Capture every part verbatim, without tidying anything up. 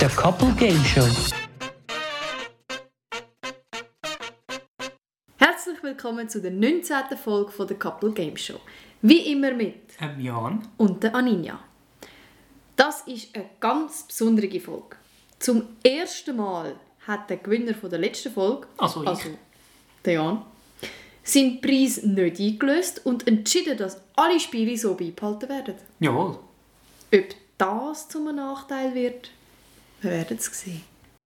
der Couple Game Show. Herzlich willkommen zu der neunzehnten Folge von der Couple Game Show. Wie immer mit Ähm, Jan. und der Aninja. Das ist eine ganz besondere Folge. Zum ersten Mal hat der Gewinner von der letzten Folge, Also ich. also der Jan, seinen Preis nicht eingelöst und entschieden, dass alle Spiele so beibehalten werden. Jawohl. Ob das zum Nachteil wird, wir werden es sehen.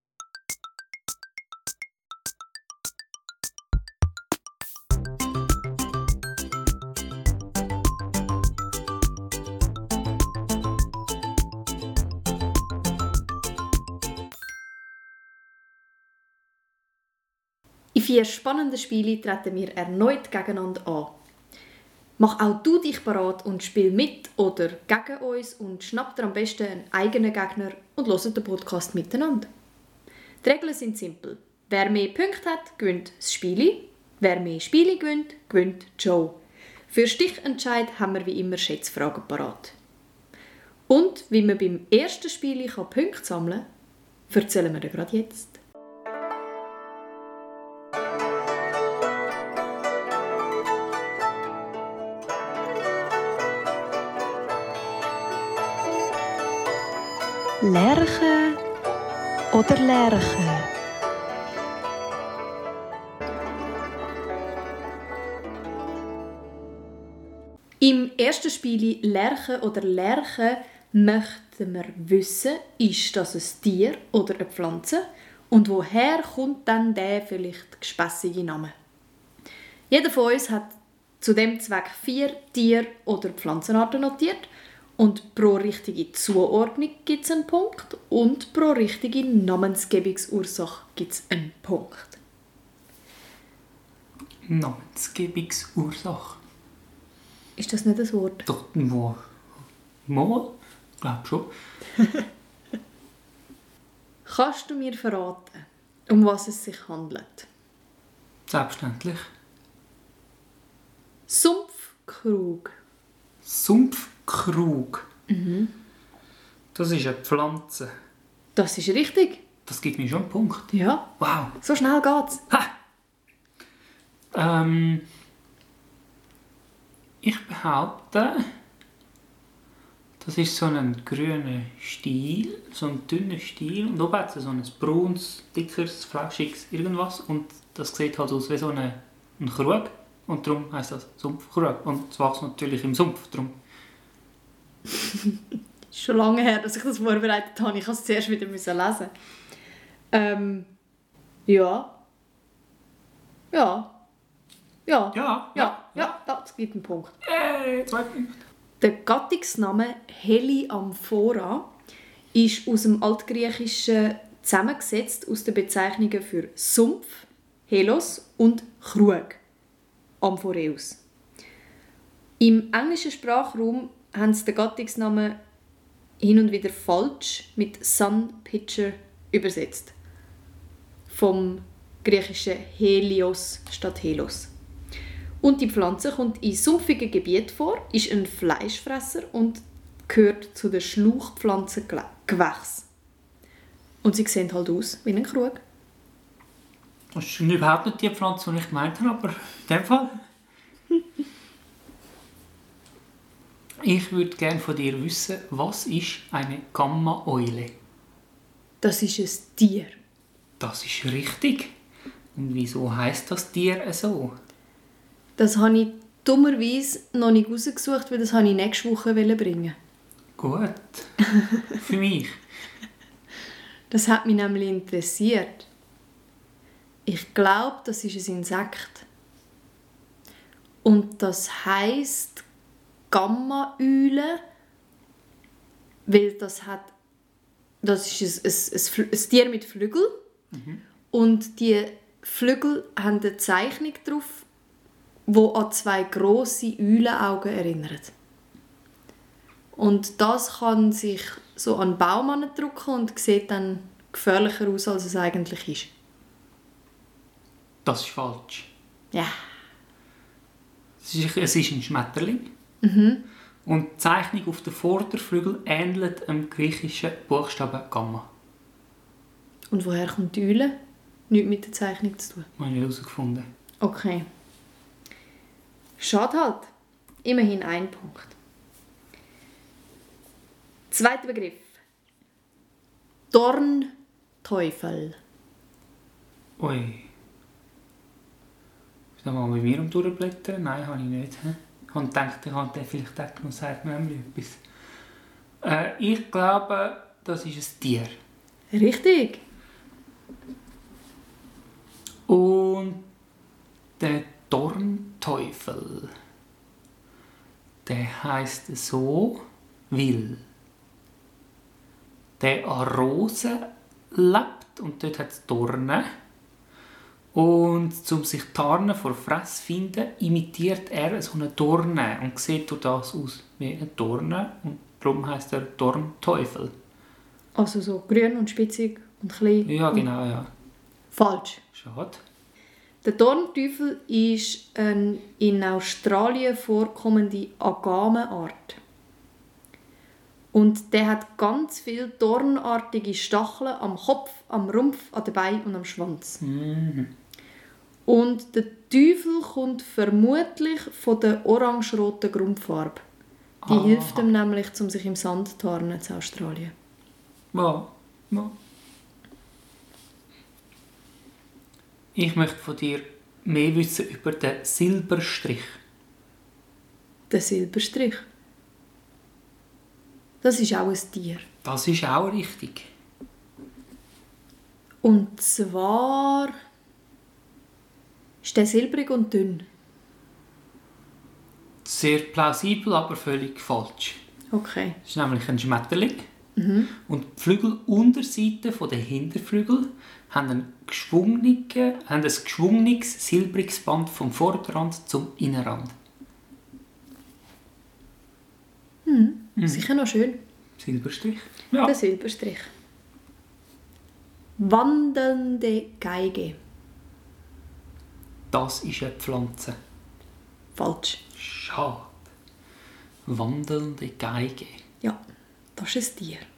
In vier spannenden Spielen treten wir erneut gegeneinander an. Mach auch du dich bereit und spiel mit oder gegen uns und schnapp dir am besten einen eigenen Gegner und hört den Podcast miteinander. Die Regeln sind simpel. Wer mehr Punkte hat, gewinnt das Spiel. Wer mehr Spiele gewinnt, gewinnt die Show. Für Stichentscheid haben wir wie immer Schätzfragen parat. Und wie man beim ersten Spiel Punkte sammeln kann, erzählen wir dir gerade jetzt. Lerche oder Lerche? Im ersten Spiel Lerche oder Lerche möchten wir wissen, ist das ein Tier oder eine Pflanze und woher kommt dann der vielleicht gespässige Name. Jeder von uns hat zu dem Zweck vier Tier- oder Pflanzenarten notiert und pro richtige Zuordnung gibt es einen Punkt und pro richtige Namensgebungsursache gibt es einen Punkt. Namensgebungsursache. Ist das nicht ein Wort? Doch, wo? Mal? Ich glaube schon. Kannst du mir verraten, um was es sich handelt? Selbstverständlich. Sumpfkrug. Sumpfkrug. Mhm. Das ist eine Pflanze. Das ist richtig. Das gibt mir schon einen Punkt. Ja, Wow. so schnell geht's. Ha! Ähm, ich behaupte, das ist so ein grüner Stiel, so ein dünner Stiel. Und oben hat es so ein braunes, dickeres, flauschiges irgendwas. Und das sieht halt aus wie so ein, ein Krug. Und darum heisst das Sumpfkrug. Und es wächst natürlich im Sumpf. Darum. Ist schon lange her, dass ich das vorbereitet habe. Ich musste es zuerst wieder lesen. Ähm, ja. Ja. Ja. Ja, Ja, ja, das gibt einen Punkt. Äh, zwei Punkte. Der Gattungsname Heliamphora ist aus dem Altgriechischen zusammengesetzt aus den Bezeichnungen für Sumpf, Helos und Krug, Amphoreus. Im englischen Sprachraum haben sie den Gattungsnamen hin und wieder falsch mit Sun Pitcher übersetzt. Vom griechischen Helios statt Helos. Und die Pflanze kommt in sumpfigen Gebieten vor, ist ein Fleischfresser und gehört zu den Schlauchpflanzengewächsen. Und sie sehen halt aus wie ein Krug. Das ist überhaupt nicht die Pflanze, die ich gemeint habe, aber in dem Fall. Ich würde gerne von dir wissen, was ist eine Gamma-Eule? Das ist ein Tier. Das ist richtig. Und wieso heisst das Tier so? Das habe ich dummerweise noch nicht rausgesucht, weil das wollte ich nächste Woche bringen. Gut. Für mich. Das hat mich nämlich interessiert. Ich glaube, das ist ein Insekt. Und das heisst Gamma-Eule, weil das hat, das ist ein, ein, ein, ein Tier mit Flügeln. Mhm. Und die Flügel haben eine Zeichnung drauf, die an zwei grosse Eulenaugen erinnert. Und das kann sich so an den Baum drücken und sieht dann gefährlicher aus, als es eigentlich ist. Das ist falsch. Ja. Es ist, es ist ein Schmetterling. Mhm. Und die Zeichnung auf den Vorderflügel ähnelt dem griechischen Buchstaben Gamma. Und woher kommt die Eule? Nichts mit der Zeichnung zu tun. Habe ich herausgefunden. Okay. Schade halt. Immerhin ein Punkt. Zweiter Begriff. Dornteufel. Ui. Ist das mal bei mir am Durchblättern? Nein, habe ich nicht. Ich habe gedacht, ich habe den vielleicht gedacht, noch sagt mir etwas. Äh, ich glaube, das ist ein Tier. Richtig. Und der Dornteufel, der heisst so, weil der an Rosen lebt und dort hat es Dornen. Und um sich die Tarnen vor Fress zu finden, imitiert er so eine Dorne und sieht durch das aus wie eine Dorne. Und darum heisst er Dornteufel. Also so grün und spitzig und klein. Ja, genau, ja. Falsch. Schade. Der Dornteufel ist eine in Australien vorkommende Agamenart. Und der hat ganz viele dornartige Stacheln am Kopf, am Rumpf, an den Beinen und am Schwanz. Mhm. Und der Teufel kommt vermutlich von der orange-roten Grundfarbe. Die Aha. hilft ihm nämlich, um sich im Sand zu tarnen in Australien. Ja, ja. Ich möchte von dir mehr wissen über den Silberstrich. Der Silberstrich. Das ist auch ein Tier. Das ist auch richtig. Und zwar ist der silbrig und dünn. Sehr plausibel, aber völlig falsch. Okay. Das ist nämlich ein Schmetterling. Mhm. Und die Flügelunterseite der Hinterflügel haben ein, geschwungene, haben ein geschwungenes, silbriges Band vom Vorderrand zum Innenrand. Hm. Mhm. Sicher noch schön. Silberstrich. Ja. Der Silberstrich. Wandelnde Geige. Das ist eine Pflanze. Falsch. Schade. Wandelnde Geige. Ja, das ist ein Tier.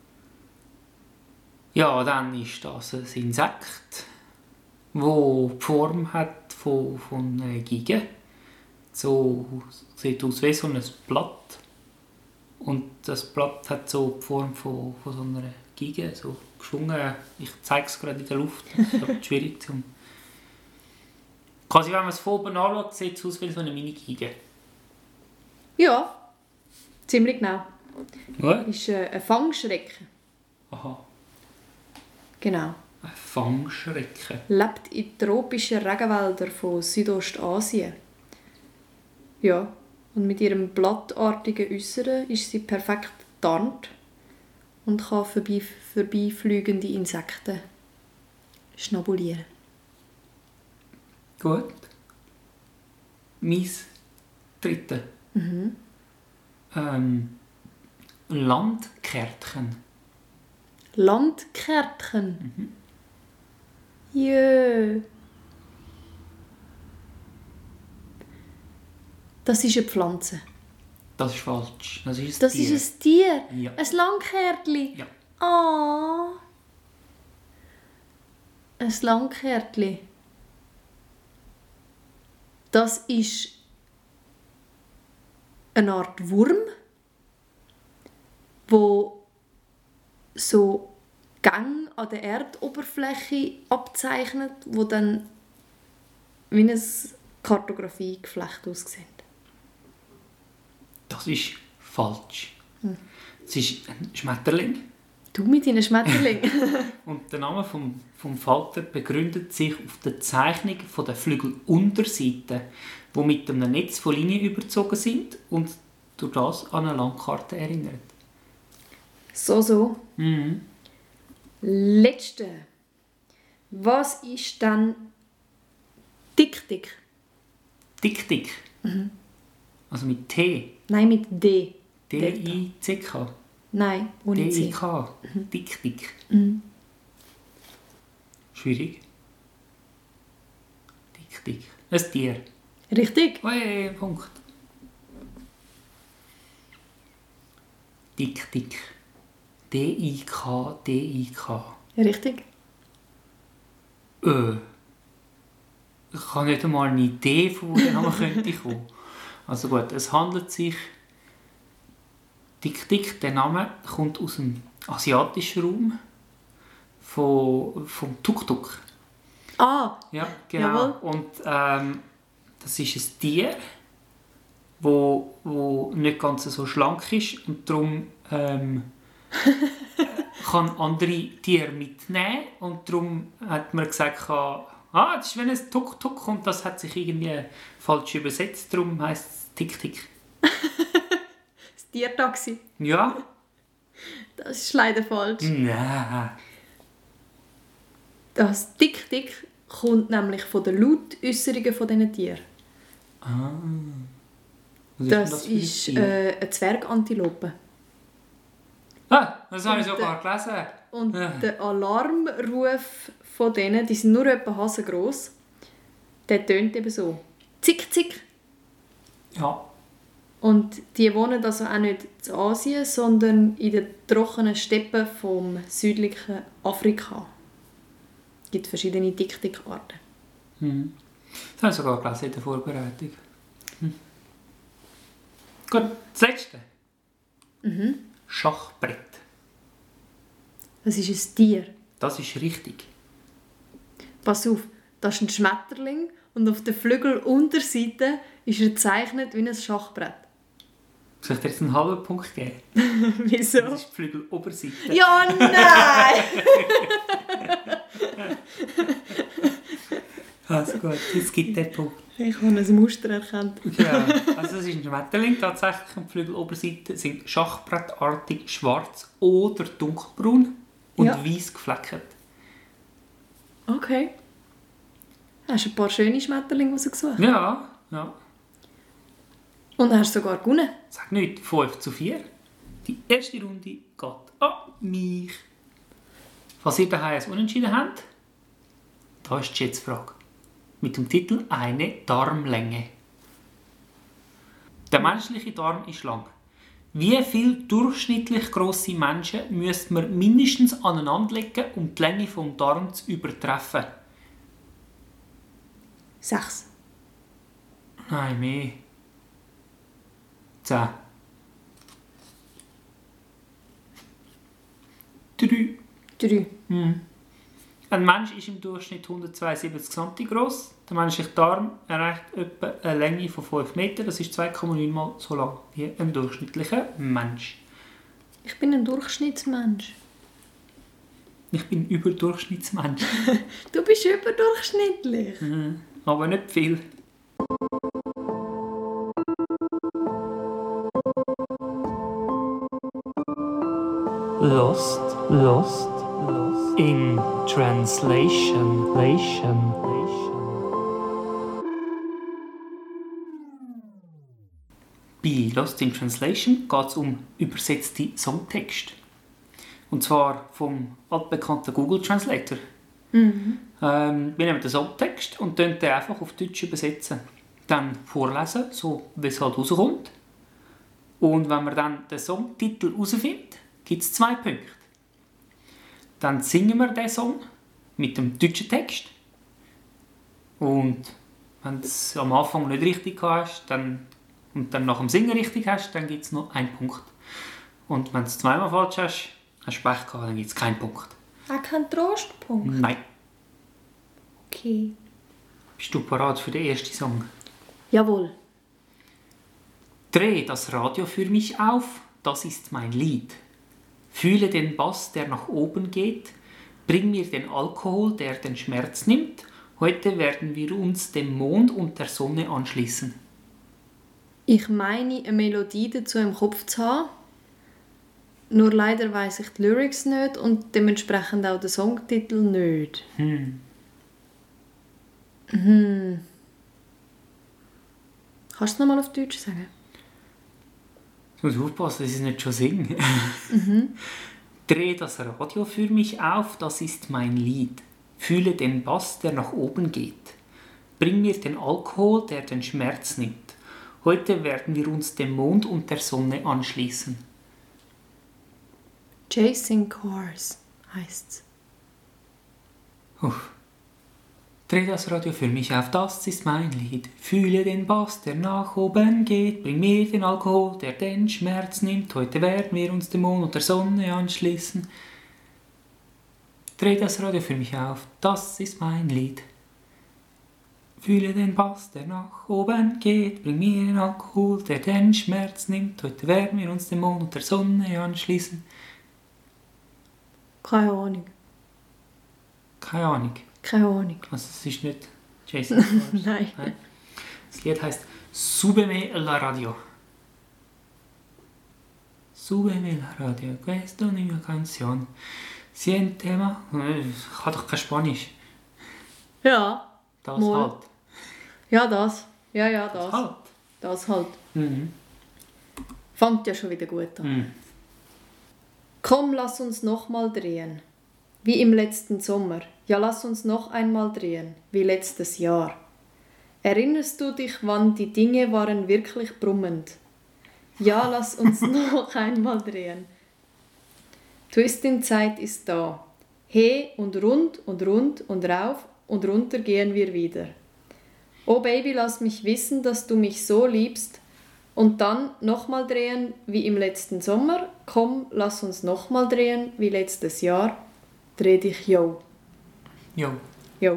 Ja, dann ist das ein Insekt, das die Form hat von, von einer Geige. So sieht aus wie so ein Blatt. Und das Blatt hat so die Form von, von so einer Geige, so geschwungen. Ich zeige es gerade in der Luft. Das ist schwierig zu... Quasi, wenn man es von oben anschaut, sieht es aus wie so eine Mini-Geige. Ja, ziemlich genau. Ja? Das ist äh, ein Fangschrecken. Aha. Genau. Ein Fangschrecken. Lebt in tropischen Regenwäldern von Südostasien. Ja, und mit ihrem blattartigen Äußeren ist sie perfekt getarnt und kann vorbei, vorbeifliegende Insekten schnabulieren. Gut. Mein dritte. Mhm. Ähm, Landkärtchen. Landkärtchen? Mhm. Jö. Das ist eine Pflanze. Das ist falsch. Das ist ein Das Tier. ist ein Tier? Ja. Ein Langkärtli? Ja. Ah. Ein Langkärtli. Das ist eine Art Wurm, wo so Gänge an der Erdoberfläche abzeichnet, wo dann wie ein Kartografiegeflecht aussehen. Das ist falsch. Hm. Es ist ein Schmetterling. Du mit deinen Schmetterlingen. Und der Name vom, vom Falter begründet sich auf der Zeichnung von der Flügelunterseite, die mit einem Netz von Linien überzogen sind und durch das an eine Landkarte erinnert. So, so. Mhm. Letzte. Was ist dann Dick-Dick? Dick-Dick. Mhm. Also mit T. Nein, mit D. D I C K. Nein, ohne D I C. K. Dick-Dick. Mhm. Schwierig. Dick-Dick. Ein Tier. Richtig. Hey, Punkt. Dick-Dick. D I K, D I K. Richtig. Äh, ich habe nicht einmal eine Idee, von wo der Name könnte kommen. Also gut, es handelt sich... Tick Tick, der Name kommt aus dem asiatischen Raum. Von, vom Tuk-Tuk. Ah, Ja, genau. Jawohl. Und ähm, das ist ein Tier, wo, wo nicht ganz so schlank ist und darum ähm, kann andere Tiere mitnehmen. Und darum hat man gesagt, ah, das ist wie ein Tuk-Tuk und das hat sich irgendwie falsch übersetzt. Darum heisst es Tick-Tick. das Tiertaxi. Ja? Das ist leider falsch. Nein. Das Tick-Tick kommt nämlich von den Lautäußerungen von diesen Tieren. Ah. Was Das, das für ein ist Tier? äh, eine Zwergantilope. Ah, das habe ich Und sogar gelesen. Und Ja. der Alarmruf von denen, die sind nur etwa hasengross, der tönt eben so. Zick, zick. Ja. Und die wohnen also auch nicht in Asien, sondern in den trockenen Steppen vom südlichen Afrika. Es gibt verschiedene Tick-Tick-Arten. Mhm. Das habe ich sogar gelesen in der Vorbereitung. Hm. Gut, das letzte. Mhm. Schachbrett. Das ist ein Tier. Das ist richtig. Pass auf, das ist ein Schmetterling und auf der Flügelunterseite ist er gezeichnet wie ein Schachbrett. Soll ich dir jetzt einen halben Punkt geben? Wieso? Das ist die Flügeloberseite. Ja, nein! Also gut, jetzt gibt der Punkt. Ich habe ein Muster erkannt. Ja, also das ist ein Schmetterling. Tatsächlich an der Flügeloberseite sind schachbrettartig schwarz oder dunkelbraun und Ja. weiß gefleckt. Okay. Hast du ein paar schöne Schmetterlinge rausgesucht? Ja, ja. Und hast sogar gewonnen. Sag nicht, fünf zu vier. Die erste Runde geht an mich. Falls ihr daheim ein Unentschieden habt, da ist die Schätzfrage. Mit dem Titel «Eine Darmlänge». Der menschliche Darm ist lang. Wie viele durchschnittlich grosse Menschen müsste man mindestens aneinanderlegen, um die Länge des Darms zu übertreffen? Sechs. Nein, mehr. Zehn. Drei. Drei. Hm. Ein Mensch ist im Durchschnitt hundertzweiundsiebzig Zentimeter groß. Der menschliche Darm erreicht etwa eine Länge von fünf Metern. Das ist zwei Komma neun Mal so lang wie ein durchschnittlicher Mensch. Ich bin ein Durchschnittsmensch. Ich bin Überdurchschnittsmensch. Du bist überdurchschnittlich. Mhm. Aber nicht viel. Lost, lost, lost in translation, lation, Bei Lost in Translation geht es um übersetzte Songtexte. Und zwar vom altbekannten Google Translator. Mhm. Ähm, wir nehmen den Songtext und den einfach auf Deutsch übersetzen. Dann vorlesen, so wie es halt rauskommt. Und wenn man dann den Songtitel herausfindet, gibt es zwei Punkte. Dann singen wir den Song mit dem deutschen Text. Und wenn du es am Anfang nicht richtig hast, dann, und dann nach dem Singen richtig hast, dann gibt es noch einen Punkt. Und wenn du es zweimal falsch hast, hast du Pech gehabt, dann gibt es keinen Punkt. Auch kein Trostpunkt. Nein. Okay. Bist du bereit für den ersten Song? Jawohl. Dreh das Radio für mich auf, das ist mein Lied. Fühle den Bass, der nach oben geht. Bring mir den Alkohol, der den Schmerz nimmt. Heute werden wir uns dem Mond und der Sonne anschließen. Ich meine, eine Melodie dazu im Kopf zu haben. Nur leider weiss ich die Lyrics nicht und dementsprechend auch den Songtitel nicht. Hm. Hm. Kannst du es nochmal auf Deutsch sagen? Ich muss aufpassen, dass ich es nicht schon singe. Mhm. Dreh das Radio für mich auf, das ist mein Lied. Fühle den Bass, der nach oben geht. Bring mir den Alkohol, der den Schmerz nimmt. Heute werden wir uns dem Mond und der Sonne anschließen. Chasing Cars heisst es. Uff. Dreh das Radio für mich auf, das ist mein Lied. Fühle den Bass, der nach oben geht. Bring mir den Alkohol, der den Schmerz nimmt. Heute werden wir uns dem Mond und der Sonne anschließen. Dreh das Radio für mich auf, das ist mein Lied. Fühle den Bass, der nach oben geht. Bring mir den Alkohol, der den Schmerz nimmt. Heute werden wir uns dem Mond und der Sonne anschließen. Keine Ahnung. Keine Ahnung. Keine Ahnung. Also es ist nicht Jason Mraz. Nein. Nein. Das Lied heisst «Súbeme la radio». «Súbeme la radio, questa nuova canción. Sientema». Ich kann doch kein Spanisch. Ja. Das Mal. halt. Ja, das. Ja, ja, das. Das halt. Das halt. Mhm. Fängt ja schon wieder gut an. Mhm. Komm, lass uns nochmal drehen. Wie im letzten Sommer. Ja, lass uns noch einmal drehen. Wie letztes Jahr. Erinnerst du dich, wann die Dinge waren wirklich brummend? Ja, lass uns noch einmal drehen. Twisting-Zeit ist da. He und rund und rund und rauf und runter gehen wir wieder. Oh Baby, lass mich wissen, dass du mich so liebst. Und dann nochmal drehen wie im letzten Sommer. Komm, lass uns nochmal drehen wie letztes Jahr. Dreh dich, yo. Jo. Yo.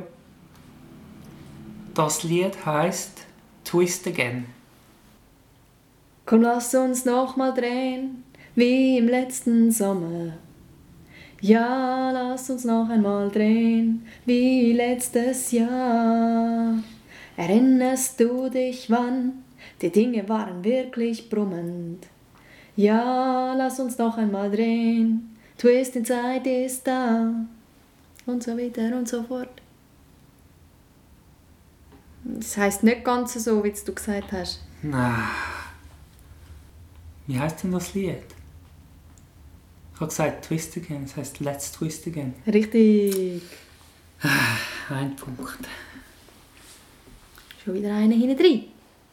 Das Lied heisst «Twist Again». Komm, lass uns nochmal drehen wie im letzten Sommer. Ja, lass uns noch einmal drehen wie letztes Jahr. Erinnerst du dich, wann die Dinge waren wirklich brummend? Ja, lass uns noch einmal drehen. Twisting Zeit ist da. Und so weiter und so fort. Das heisst nicht ganz so, wie du gesagt hast. Nein. Wie heisst denn das Lied? Ich habe gesagt «Twist Again», das heisst «Let's Twist Again». Richtig. Ein Punkt. Schon wieder eine hinten drin.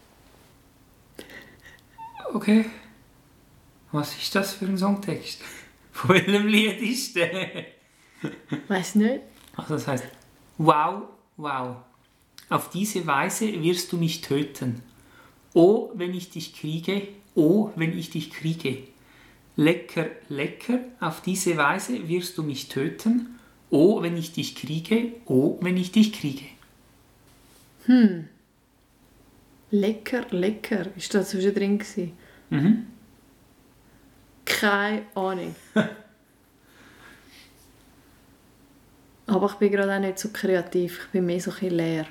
Okay. Was ist das für ein Songtext? Von welchem Lied ist der? Weiß nicht. Also das heißt, wow, wow. Auf diese Weise wirst du mich töten. Oh, wenn ich dich kriege, oh, wenn ich dich kriege. Lecker, lecker, auf diese Weise wirst du mich töten. Oh, wenn ich dich kriege, oh, wenn ich dich kriege. Hm. Lecker, lecker. Ist das zwischendrin gewesen? Mhm. Keine Ahnung. Aber ich bin gerade auch nicht so kreativ. Ich bin mehr so ein bisschen leer.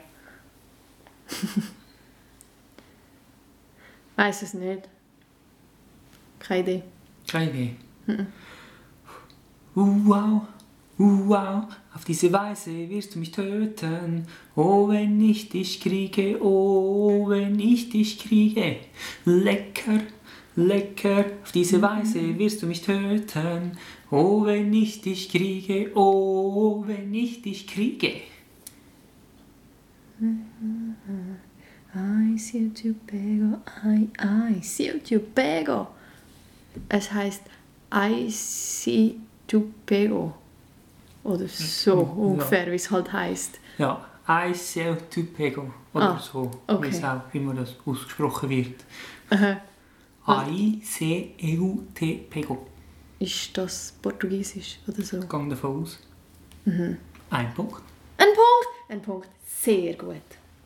Weiss es nicht. Keine Idee. Keine Idee. Mhm. Uh, wow, uh, wow, auf diese Weise wirst du mich töten. Oh, wenn ich dich kriege, oh, wenn ich dich kriege. Lecker, lecker, auf diese Weise wirst du mich töten. Oh, wenn ich dich kriege, oh, wenn ich dich kriege. Ay, si yo te pego, ay, ay, si yo te pego. Es heisst Ay, si tu pego. Oder so Ja. ungefähr, wie es halt heisst. Ja, I see to pego. Oder Ah, so, okay. wie es auch immer das ausgesprochen wird. Aha. I C E U T pego. Ist das Portugiesisch oder so? Ich gehe davon aus. Mhm. Ein Punkt. Ein Punkt! Ein Punkt. Sehr gut.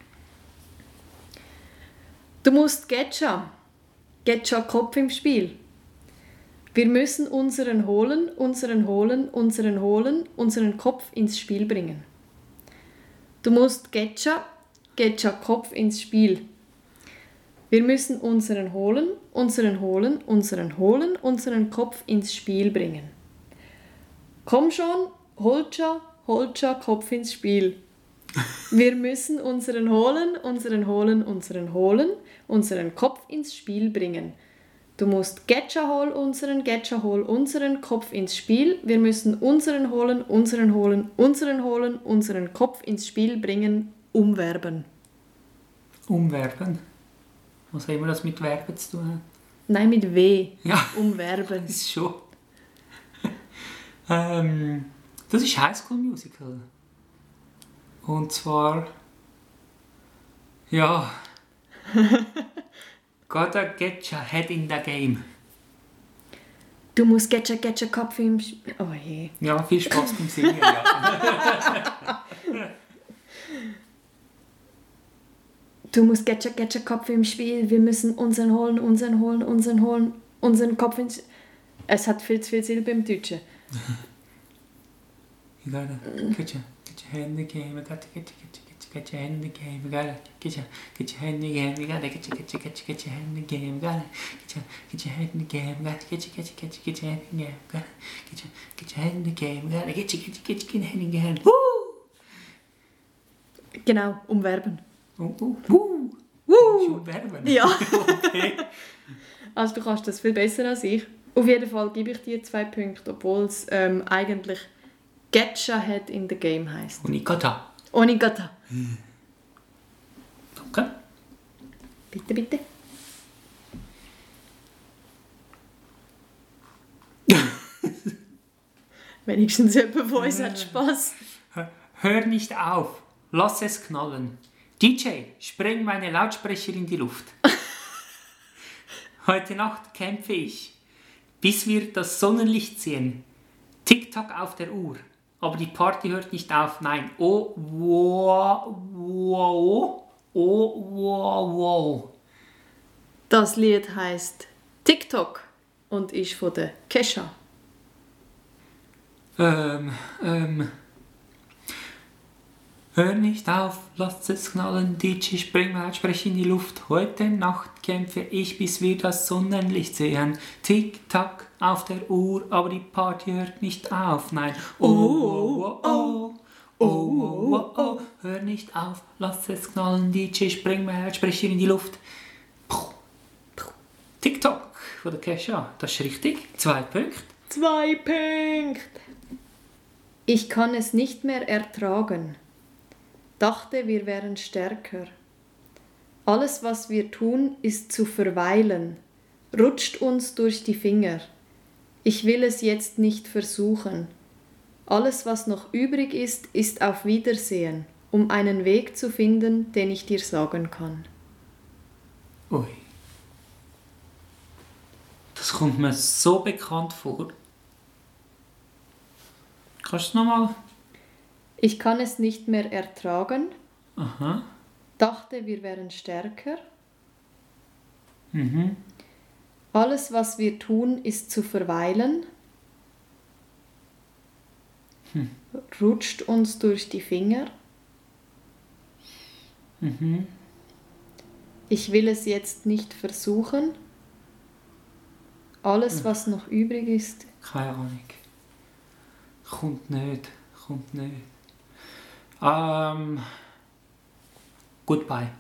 Du musst Getcha. Getcha Kopf im Spiel. Wir müssen unseren holen, unseren holen, unseren holen, unseren Kopf ins Spiel bringen. Du musst Getcha, Getcha Kopf ins Spiel. Wir müssen unseren holen, unseren holen, unseren holen, unseren Kopf ins Spiel bringen. Komm schon, Holcha, Holcha Kopf ins Spiel. Wir müssen unseren holen, unseren holen, unseren holen, unseren Kopf ins Spiel bringen. Du musst Getcha hol unseren, Getcha hol unseren Kopf ins Spiel. Wir müssen unseren holen, unseren holen, unseren holen, unseren Kopf ins Spiel bringen. Umwerben. Umwerben. Was immer das mit Werben zu tun hat? Nein, mit W. Ja, Umwerben. das ist schon. ähm, das ist High School Musical. Und zwar... Ja... Gotta get your head in the game. Du musst Getcha Getcha Kopf im... Sch- Oh je. Ja, viel Spaß beim Singen, ja. Du musst Getcha Getcha Kopf im Spiel. Wir müssen unseren holen, unseren holen, unseren holen, unseren Kopf ins... Es hat viel zu viel Silbe im Deutschen. You gotta get your, get your head in the game. You gotta get your, get your, get your, get your head in the game. You gotta get your, get your head in the game. You gotta get your, get your, get your, get your head in the game. You gotta get your, get your head in the game. You gotta get your, get your, get your, get your head in the game. You gotta get your, get your head in the game. You gotta get your, get your, get your head in the game. Woo! Genau, umwerben. Uh, uh, uh. Woo! Schon werben. Ja. Okay. Also du kannst das viel besser als ich. Auf jeden Fall gebe ich dir zwei Punkte, obwohl es ähm, eigentlich Getcha Head in the Game heisst. Onikata. Onigata. Okay. Bitte, bitte. Wenigstens jemand von uns hat Spass. Hör nicht auf. Lass es knallen. D J, spreng meine Lautsprecher in die Luft. Heute Nacht kämpfe ich, bis wir das Sonnenlicht sehen. Tick-Tack auf der Uhr. Aber die Party hört nicht auf. Nein. Oh, wow, wow, oh, wow, wow. Das Lied heisst TikTok und ist von der Kesha. Ähm, ähm. Hör nicht auf, lass es knallen, D J, spring mal, sprech in die Luft. Heute Nacht kämpfe ich, bis wir das Sonnenlicht sehen. Tick-Tack auf der Uhr, aber die Party hört nicht auf. Nein. Oh, oh, oh, oh. Oh, oh, oh, oh. Hör nicht auf, lass es knallen, D J, spring mal, sprech in die Luft. Puh, puh. TikTok von der Kesha, das ist richtig. Zwei Punkte. Zwei Punkte. Ich kann es nicht mehr ertragen. Dachte, wir wären stärker. Alles, was wir tun, ist zu verweilen. Rutscht uns durch die Finger. Ich will es jetzt nicht versuchen. Alles, was noch übrig ist, ist auf Wiedersehen, um einen Weg zu finden, den ich dir sagen kann. Ui. Das kommt mir so bekannt vor. Kannst du es nochmal? Ich kann es nicht mehr ertragen. Aha. Dachte, wir wären stärker. Mhm. Alles, was wir tun, ist zu verweilen. Hm. Rutscht uns durch die Finger. Mhm. Ich will es jetzt nicht versuchen. Alles, was noch übrig ist. Keine Ahnung. Kommt nicht. Kommt nicht. Ähm. Goodbye.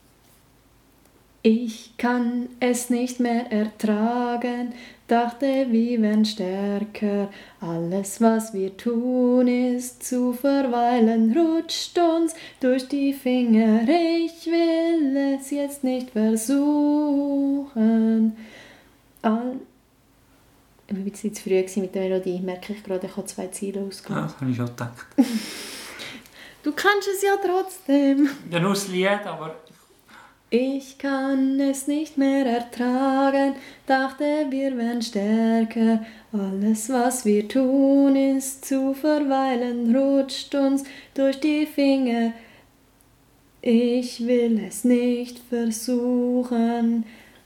Ich kann es nicht mehr ertragen, dachte, wir wären stärker. Alles, was wir tun, ist zu verweilen, rutscht uns durch die Finger. Ich will es jetzt nicht versuchen. All ich war ein bisschen zu früh mit der Melodie, merke ich gerade, ich habe zwei Ziele Ja, ausgemacht. das habe ich schon gedacht. Du kannst es ja trotzdem. Ja, nur das Lied, aber... Ich kann es nicht mehr ertragen, dachte, wir wären stärker. Alles, was wir tun, ist zu verweilen, rutscht uns durch die Finger. Ich will es nicht versuchen.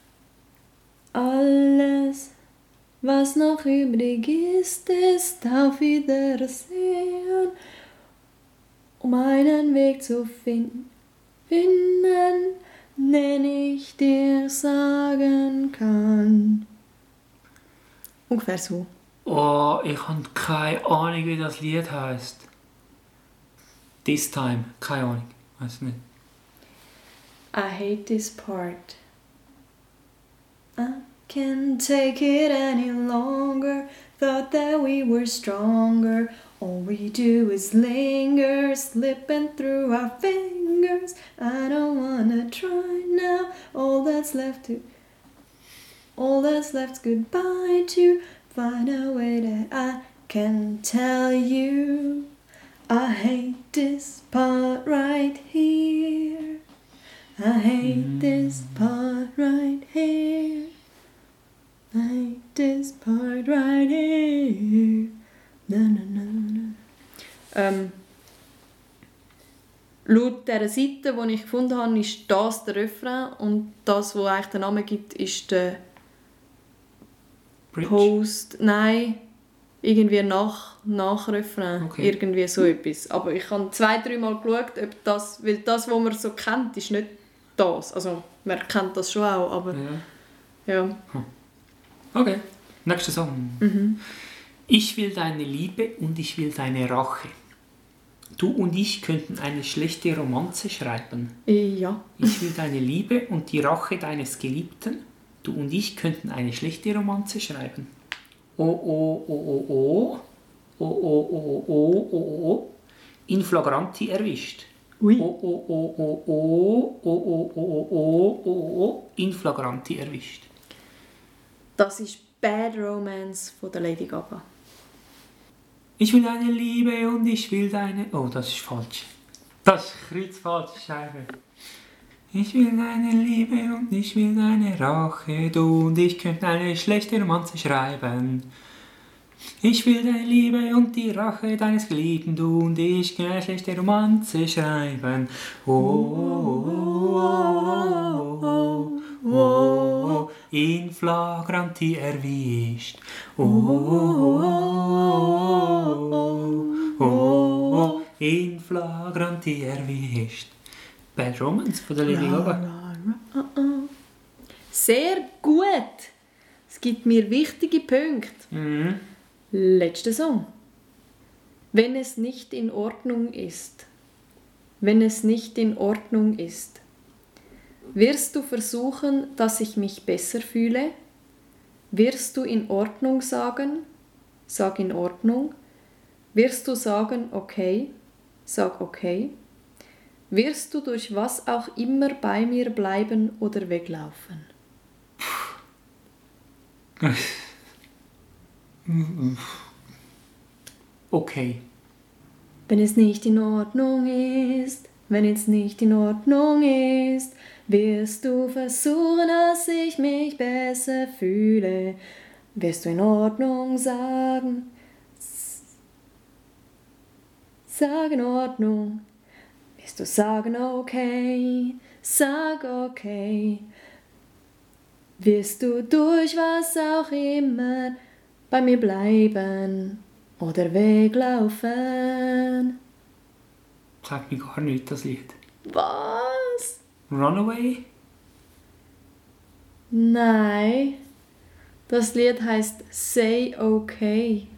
Alles, was noch übrig ist, ist auf Wiedersehen, um einen Weg zu finden, finden, den ich dir sagen kann. Ungefähr so. Oh, ich habe keine Ahnung, wie das Lied heisst. This Time. Keine Ahnung. Weiß nicht. I hate this part. I can't take it any longer. Thought that we were stronger. All we do is linger, slipping through our fingers. I don't wanna try now. All that's left to, all that's left's goodbye to find a way that I can tell you. I hate this part right here. I hate this part right here. I hate this part right here. Na, na, na, na. Ähm, laut dieser Seite, die ich gefunden habe, ist das der Refrain und das, was eigentlich den Namen gibt, ist der Bridge? Post. Nein, irgendwie nach, nach Refrain. Okay. Irgendwie so etwas. Aber ich habe zwei, dreimal geschaut, ob das, weil das, was man so kennt, ist nicht das. Also man kennt das schon auch, aber Ja. ja. Okay, nächster Song. Mhm. Ich will deine Liebe und ich will deine Rache. Du und ich könnten eine schlechte Romanze schreiben. Ja. Ich will deine Liebe und die Rache deines Geliebten. Du und ich könnten eine schlechte Romanze schreiben. Oh, oh, oh, oh, oh. Oh, oh, oh, oh, oh, oh, oh. In flagranti erwischt. Ui. Oh, oh, oh, oh, oh. Oh, oh, oh, oh, oh, oh, oh. In flagranti erwischt. Das ist Bad Romance von der Lady Gaga. Ich will deine Liebe und ich will deine... Oh, das ist falsch. Das ist kreuzfalsch, Scheibe. Ich will deine Liebe und ich will deine Rache. Du und ich könnten eine schlechte Romanze schreiben. Ich will deine Liebe und die Rache deines Geliebten. Du und ich können eine schlechte Romanze schreiben. Oh, oh, oh, oh, oh, oh, oh, in flagranti erwischt. Oh, oh, oh, oh, oh, oh, in flagranti erwischt. Bad Romance von der Lady Gaga. Sehr gut. Es gibt mir wichtige Punkte. Mhm. Letzter Song. Wenn es nicht in Ordnung ist. Wenn es nicht in Ordnung ist. Wirst du versuchen, dass ich mich besser fühle? Wirst du in Ordnung sagen? Sag in Ordnung. Wirst du sagen, okay? Sag okay. Wirst du durch was auch immer bei mir bleiben oder weglaufen? Okay. Wenn es nicht in Ordnung ist, wenn es nicht in Ordnung ist, wirst du versuchen, dass ich mich besser fühle. Wirst du in Ordnung sagen? Sag in Ordnung. Wirst du sagen, okay? Sag okay. Wirst du durch was auch immer bei mir bleiben oder weglaufen? Sagt mir gar nicht das Lied. Was? Runaway? Nein. Das Lied heißt Say Okay.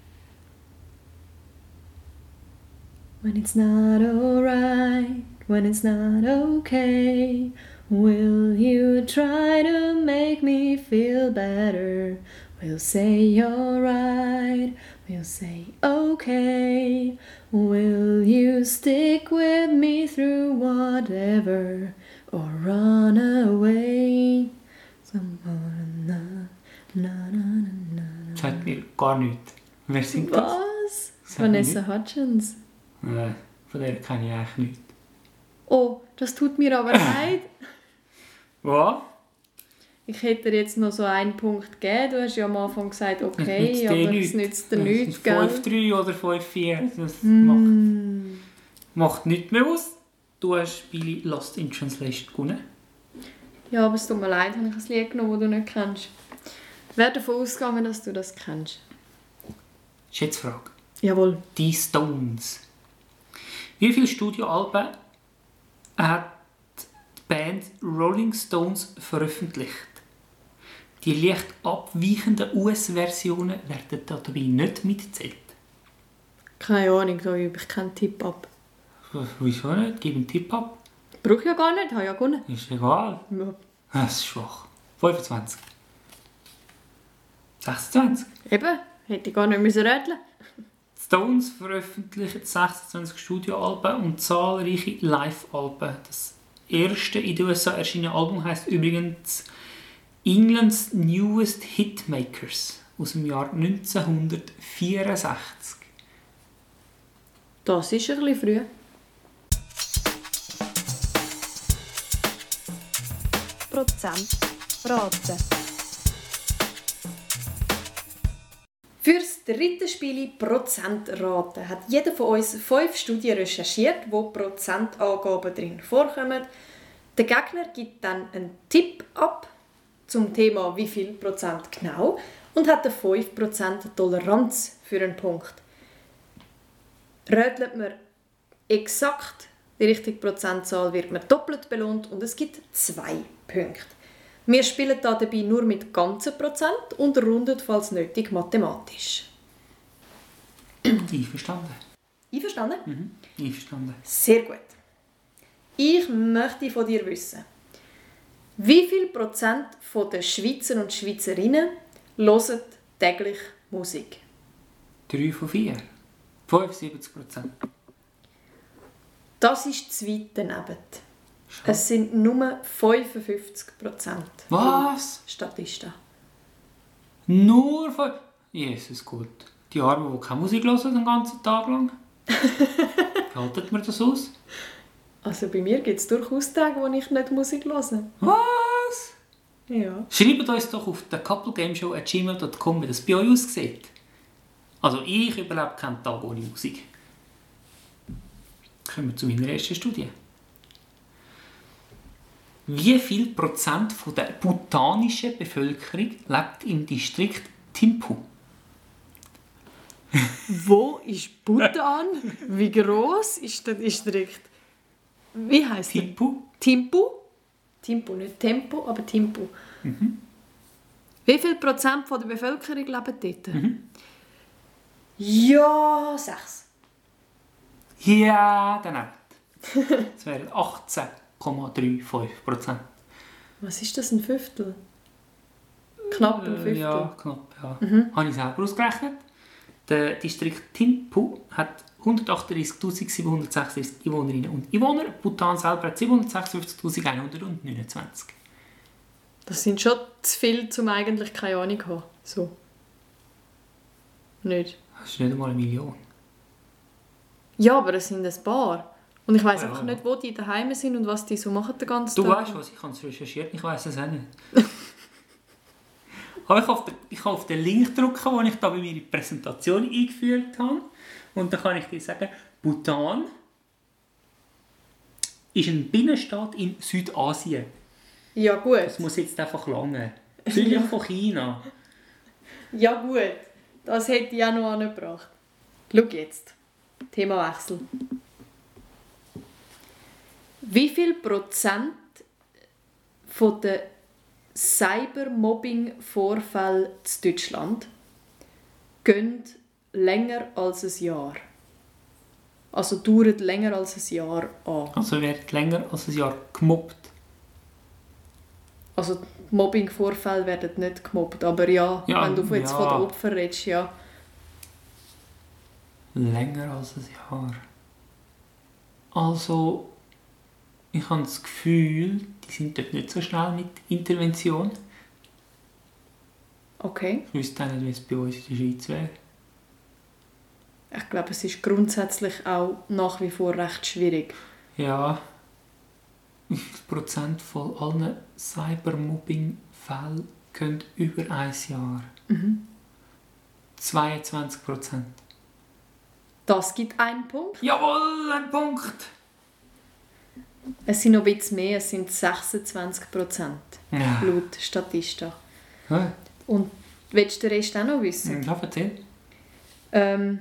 When it's not alright, when it's not okay, will you try to make me feel better? We'll say you're right, we'll say okay. Will you stick with me through whatever, or run away? Someone, na, na, na, na, na. Sagt mir gar nichts. Wer singt das? Was? Sagt mir Vanessa Hudgens. Nein, von der kenne ich eigentlich nichts. Oh, das tut mir aber leid. Was? Ich hätte dir jetzt noch so einen Punkt gegeben. Du hast ja am Anfang gesagt, okay, nützt dir aber nichts. es nützt dir nichts, gell? fünf drei oder fünf vier. Das Mm. macht, macht nichts mehr aus. Du hast bei Lost in Translation gewonnen. Ja, aber es tut mir leid, habe ich ein Lied genommen, das du nicht kennst. Ich wäre davon ausgegangen, dass du das kennst. Schätzfrage. Jawohl. Die Stones. Wie viele Studioalben hat die Band Rolling Stones veröffentlicht? Die leicht abweichenden U S-Versionen werden dabei nicht mitgezählt. Keine Ahnung, da übe ich keinen Tipp ab. Wieso nicht? Gib einen Tipp ab. Brauche ich ja gar nicht, habe ja gewonnen. Ist egal. Ja. Das ist schwach. fünfundzwanzig. sechsundzwanzig. Eben, hätte ich gar nicht müssen rätseln. Die Stones veröffentlichen sechsundzwanzig Studioalben und zahlreiche Live-Alben. Das erste in den U S A erschienene Album heisst übrigens England's Newest Hitmakers aus dem Jahr neunzehnhundertvierundsechzig. Das ist ein bisschen früh. Prozent raten? Für das dritte Spiel Prozentraten hat jeder von uns fünf Studien recherchiert, wo Prozentangaben drin vorkommen. Der Gegner gibt dann einen Tipp ab zum Thema wie viel Prozent genau und hat eine fünf Prozent Toleranz für einen Punkt. Rötelt man exakt die richtige Prozentzahl, wird man doppelt belohnt und es gibt zwei Punkte. Wir spielen da dabei nur mit ganzen Prozent und runden, falls nötig, mathematisch. Einverstanden. Einverstanden? Mhm. Einverstanden. Sehr gut. Ich möchte von dir wissen, wie viel Prozent der Schweizer und Schweizerinnen hören täglich Musik? drei von vier. fünfundsiebzig Prozent. Das ist zu weit daneben. Es sind nur fünfundfünfzig Prozent. Was? Statista. Nur von... Jesus, gut. Die Armen, die keine Musik hören den ganzen Tag lang. Wie haltet man das aus? Also bei mir gibt es durchaus Tage, wo ich nicht Musik höre. Was? Ja. Schreibt uns doch auf der couplegameshow at gmail dot com, wie das bei euch aussieht. Also ich überlebe keinen Tag ohne Musik. Kommen wir zu meiner ersten Studie. Wie viel Prozent von der bhutanischen Bevölkerung lebt im Distrikt Thimphu? Wo ist Bhutan? Wie gross ist der Distrikt? Wie heisst der? Thimphu? Thimphu? Thimphu, nicht Tempo, aber Thimphu. Mhm. Wie viel Prozent von der Bevölkerung leben dort? Mhm. Ja, sechs. Ja, daneben. Das wären achtzehn Komma fünfunddreißig Prozent. Was ist das, ein Fünftel? Knapp ein Fünftel. Ja, knapp, ja. Mhm. Habe ich selber ausgerechnet. Der Distrikt Thimphu hat hundertachtunddreißigtausendsiebenhundertsechsundsechzig Einwohnerinnen und Einwohner. Bhutan selber hat siebenhundertsechsundfünfzigtausendeinhundertneunundzwanzig. Das sind schon zu viel, um eigentlich keine Ahnung zu haben. So. Nicht? Das ist nicht einmal eine Million. Ja, aber es sind ein paar. Und ich weiss Ja, einfach ja. nicht, wo die daheim sind und was die so machen den ganzen Du Tag. weißt was, ich habe es recherchiert, ich weiss es auch nicht. Aber ich kann auf den, ich kann auf den Link drücken, den ich da bei meiner Präsentation eingeführt habe. Und dann kann ich dir sagen, Bhutan ist ein Binnenstaat in Südasien. Ja, gut. Das muss jetzt einfach lange. Südlich von China. Ja, gut. Das hätte ich auch noch angebracht. Schau jetzt. Themawechsel. Wie viel Prozent von den Cybermobbing-Vorfällen in Deutschland gehen länger als ein Jahr? Also dauern länger als ein Jahr an. Also wird länger als ein Jahr gemobbt. Also die Mobbing-Vorfälle werden nicht gemobbt, aber ja, Ja, wenn du jetzt ja. von den Opfern redest, ja. Länger als ein Jahr. Also, ich habe das Gefühl, die sind dort nicht so schnell mit Intervention. Okay. Ich wüsste auch nicht, wie es bei uns in der Schweiz wäre. Ich glaube, es ist grundsätzlich auch nach wie vor recht schwierig. Ja. Wie viel Prozent von allen Cybermobbing-Fällen gehen über ein Jahr? Mhm. zweiundzwanzig Prozent. Das gibt einen Punkt. Jawohl, ein Punkt! Es sind noch ein bisschen mehr, es sind sechsundzwanzig Prozent Ja. laut Statista. Ja, Und willst du den Rest auch noch wissen? ja erzähl. Ähm,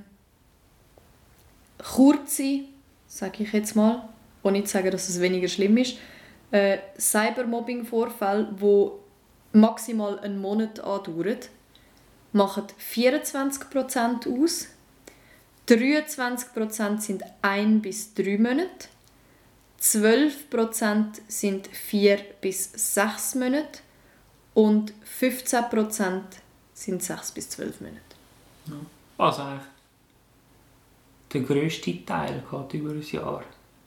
kurze, sage ich jetzt mal, ohne zu sagen, dass es weniger schlimm ist, äh, Cybermobbing-Vorfälle, die maximal einen Monat andauern, machen vierundzwanzig Prozent aus. dreiundzwanzig Prozent sind ein bis drei Monate. zwölf Prozent sind vier bis sechs Monate. Und fünfzehn Prozent sind sechs bis zwölf Monate. Also eigentlich der grösste Teil geht über ein Jahr.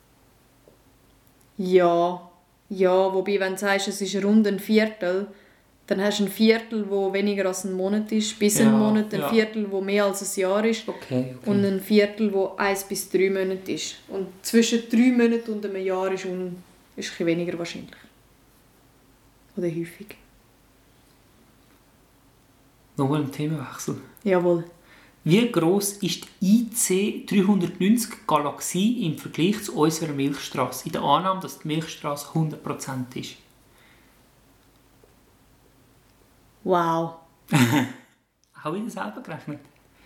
Ja, ja, wobei, wenn du sagst, es ist rund ein Viertel, dann hast du ein Viertel, das weniger als ein Monat ist, bis Ja, ein Monat, ein ja. Viertel, das mehr als ein Jahr ist Okay, okay. und ein Viertel, das eins bis drei Monate ist. Und zwischen drei Monaten und einem Jahr ist, un- ist ein bisschen weniger wahrscheinlich. Oder häufig. Nochmal ein Themenwechsel. Jawohl. Wie gross ist die I C dreihundertneunzig Galaxie im Vergleich zu unserer Milchstraße? In der Annahme, dass die Milchstraße hundert Prozent ist. Wow. Auch wieder selber gerechnet.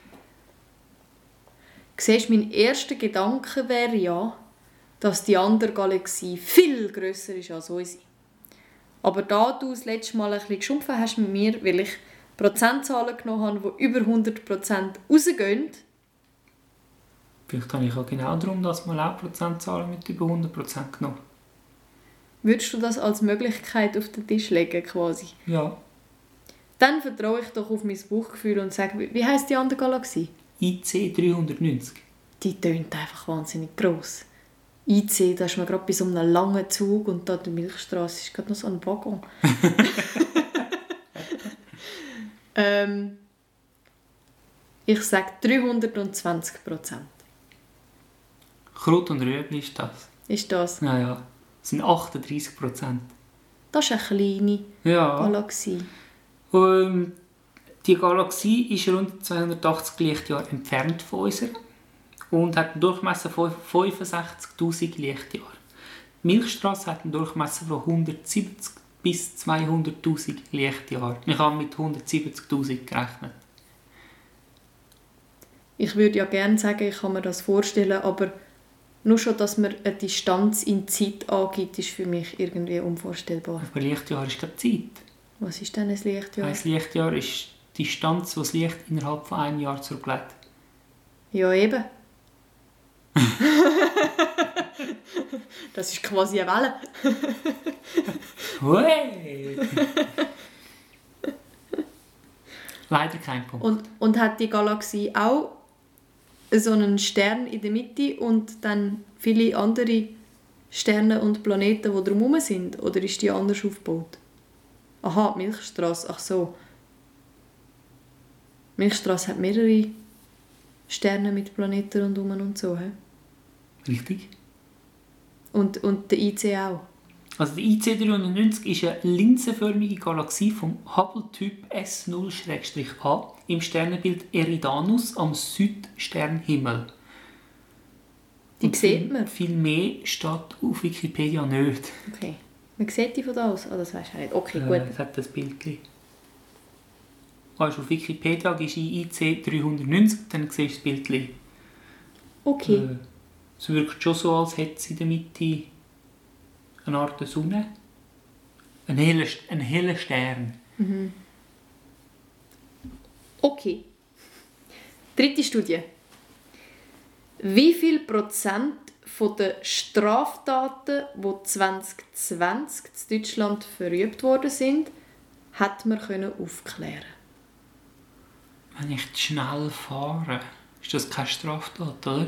Siehst, mein erster Gedanke wäre ja, dass die andere Galaxie viel grösser ist als unsere. Aber da du das letzte Mal ein bisschen geschumpfen hast mit mir, weil ich Prozentzahlen genommen habe, die über hundert Prozent rausgehen. Vielleicht habe ich auch genau darum, dass man auch Prozentzahlen mit über hundert Prozent genommen. Würdest du das als Möglichkeit auf den Tisch legen, quasi? Ja. Dann vertraue ich doch auf mein Bauchgefühl und sage, wie wie heisst die andere Galaxie? I C dreihundertneunzig. Die tönt einfach wahnsinnig gross. I C, da ist man gerade bei so einem langen Zug und da die Milchstraße ist gerade noch so ein Waggon. ähm, ich sage dreihundertzwanzig Prozent. Kraut und Rüebli ist das. Ist das? Ja, ja. Das sind achtunddreissig Prozent. Das ist eine kleine Ja. Galaxie. Und die Galaxie ist rund zweihundertachtzig Lichtjahre entfernt von unserer und hat einen Durchmesser von fünfundsechzigtausend Lichtjahre. Die Milchstraße hat einen Durchmesser von hundertsiebzig bis zweihunderttausend Lichtjahre. Ich habe mit hundertsiebzigtausend gerechnet. Ich würde ja gerne sagen, ich kann mir das vorstellen, aber nur schon, dass man eine Distanz in Zeit angibt, ist für mich irgendwie unvorstellbar. Aber Lichtjahr ist keine Zeit. Was ist denn ein Lichtjahr? Ein Lichtjahr ist die Distanz, die das Licht innerhalb von einem Jahr zurücklegt. Ja, eben. Das ist quasi eine Welle. Hey! Leider kein Punkt. Und, und hat die Galaxie auch so einen Stern in der Mitte und dann viele andere Sterne und Planeten, die drumherum sind? Oder ist die anders aufgebaut? Aha, die Milchstraße, ach so. Die Milchstraße hat mehrere Sterne mit Planeten rundherum und so. He? Richtig. Und, und der I C auch. Also der I C dreihundertneunzig ist eine linsenförmige Galaxie vom Hubble-Typ S null A im Sternenbild Eridanus am Südsternhimmel. Die Und sieht viel, man. Viel mehr steht auf Wikipedia nicht. Okay. Man sieht die von da aus? Ah, das weisst du nicht. Okay, Äh, gut. es hat das Bild. Also auf Wikipedia gehst du I C dreihundertneunzig, dann siehst du das Bild. Okay. Äh, es wirkt schon so, als hätte es in der Mitte eine Art Sonne. Ein heller, ein heller Stern. Mhm. Okay. Dritte Studie. Wie viel Prozent von den Straftaten, die zwanzig zwanzig in Deutschland verübt worden sind, hat man können aufklären? Wenn ich zu schnell fahre, ist das keine Straftat, oder?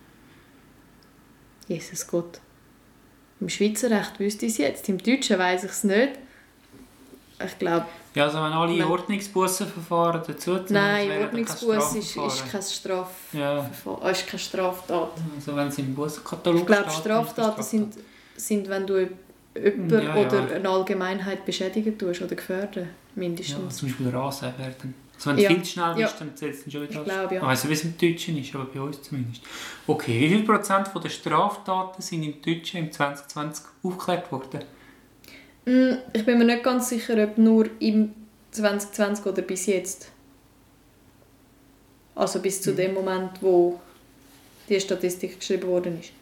Jesus Gott. Im Schweizer Recht wüsste ich es jetzt, im Deutschen weiss ich es nicht. Ich glaube... Ja, also wenn alle Nein. Ordnungsbussenverfahren dazu zählen, Nein, wäre dann kein Ordnungsbusse ist, Strafverfahren. ist, kein Straf Ja. Verfahren- ist keine Straftat. Also wenn es im Bussenkatalog Ich glaube, steht, Straftaten ist es eine sind, sind, wenn du jemanden Ja, ja. oder eine Allgemeinheit beschädigen tust oder gefährden, Ja, mindestens. zum Beispiel Rasen werden. Also wenn du Ja. viel zu schnell Ja. bist, dann zählt es schon wieder Ich als- glaube, ja. Ich weiss nicht, wie es im Deutschen ist, aber bei uns zumindest. Okay, wie viel Prozent der Straftaten sind im Deutschen im zwanzig zwanzig aufgeklärt worden? Mm, Ich bin mir nicht ganz sicher, ob nur im zwanzig zwanzig oder bis jetzt. Also bis zu Mhm. dem Moment, wo die Statistik geschrieben worden ist.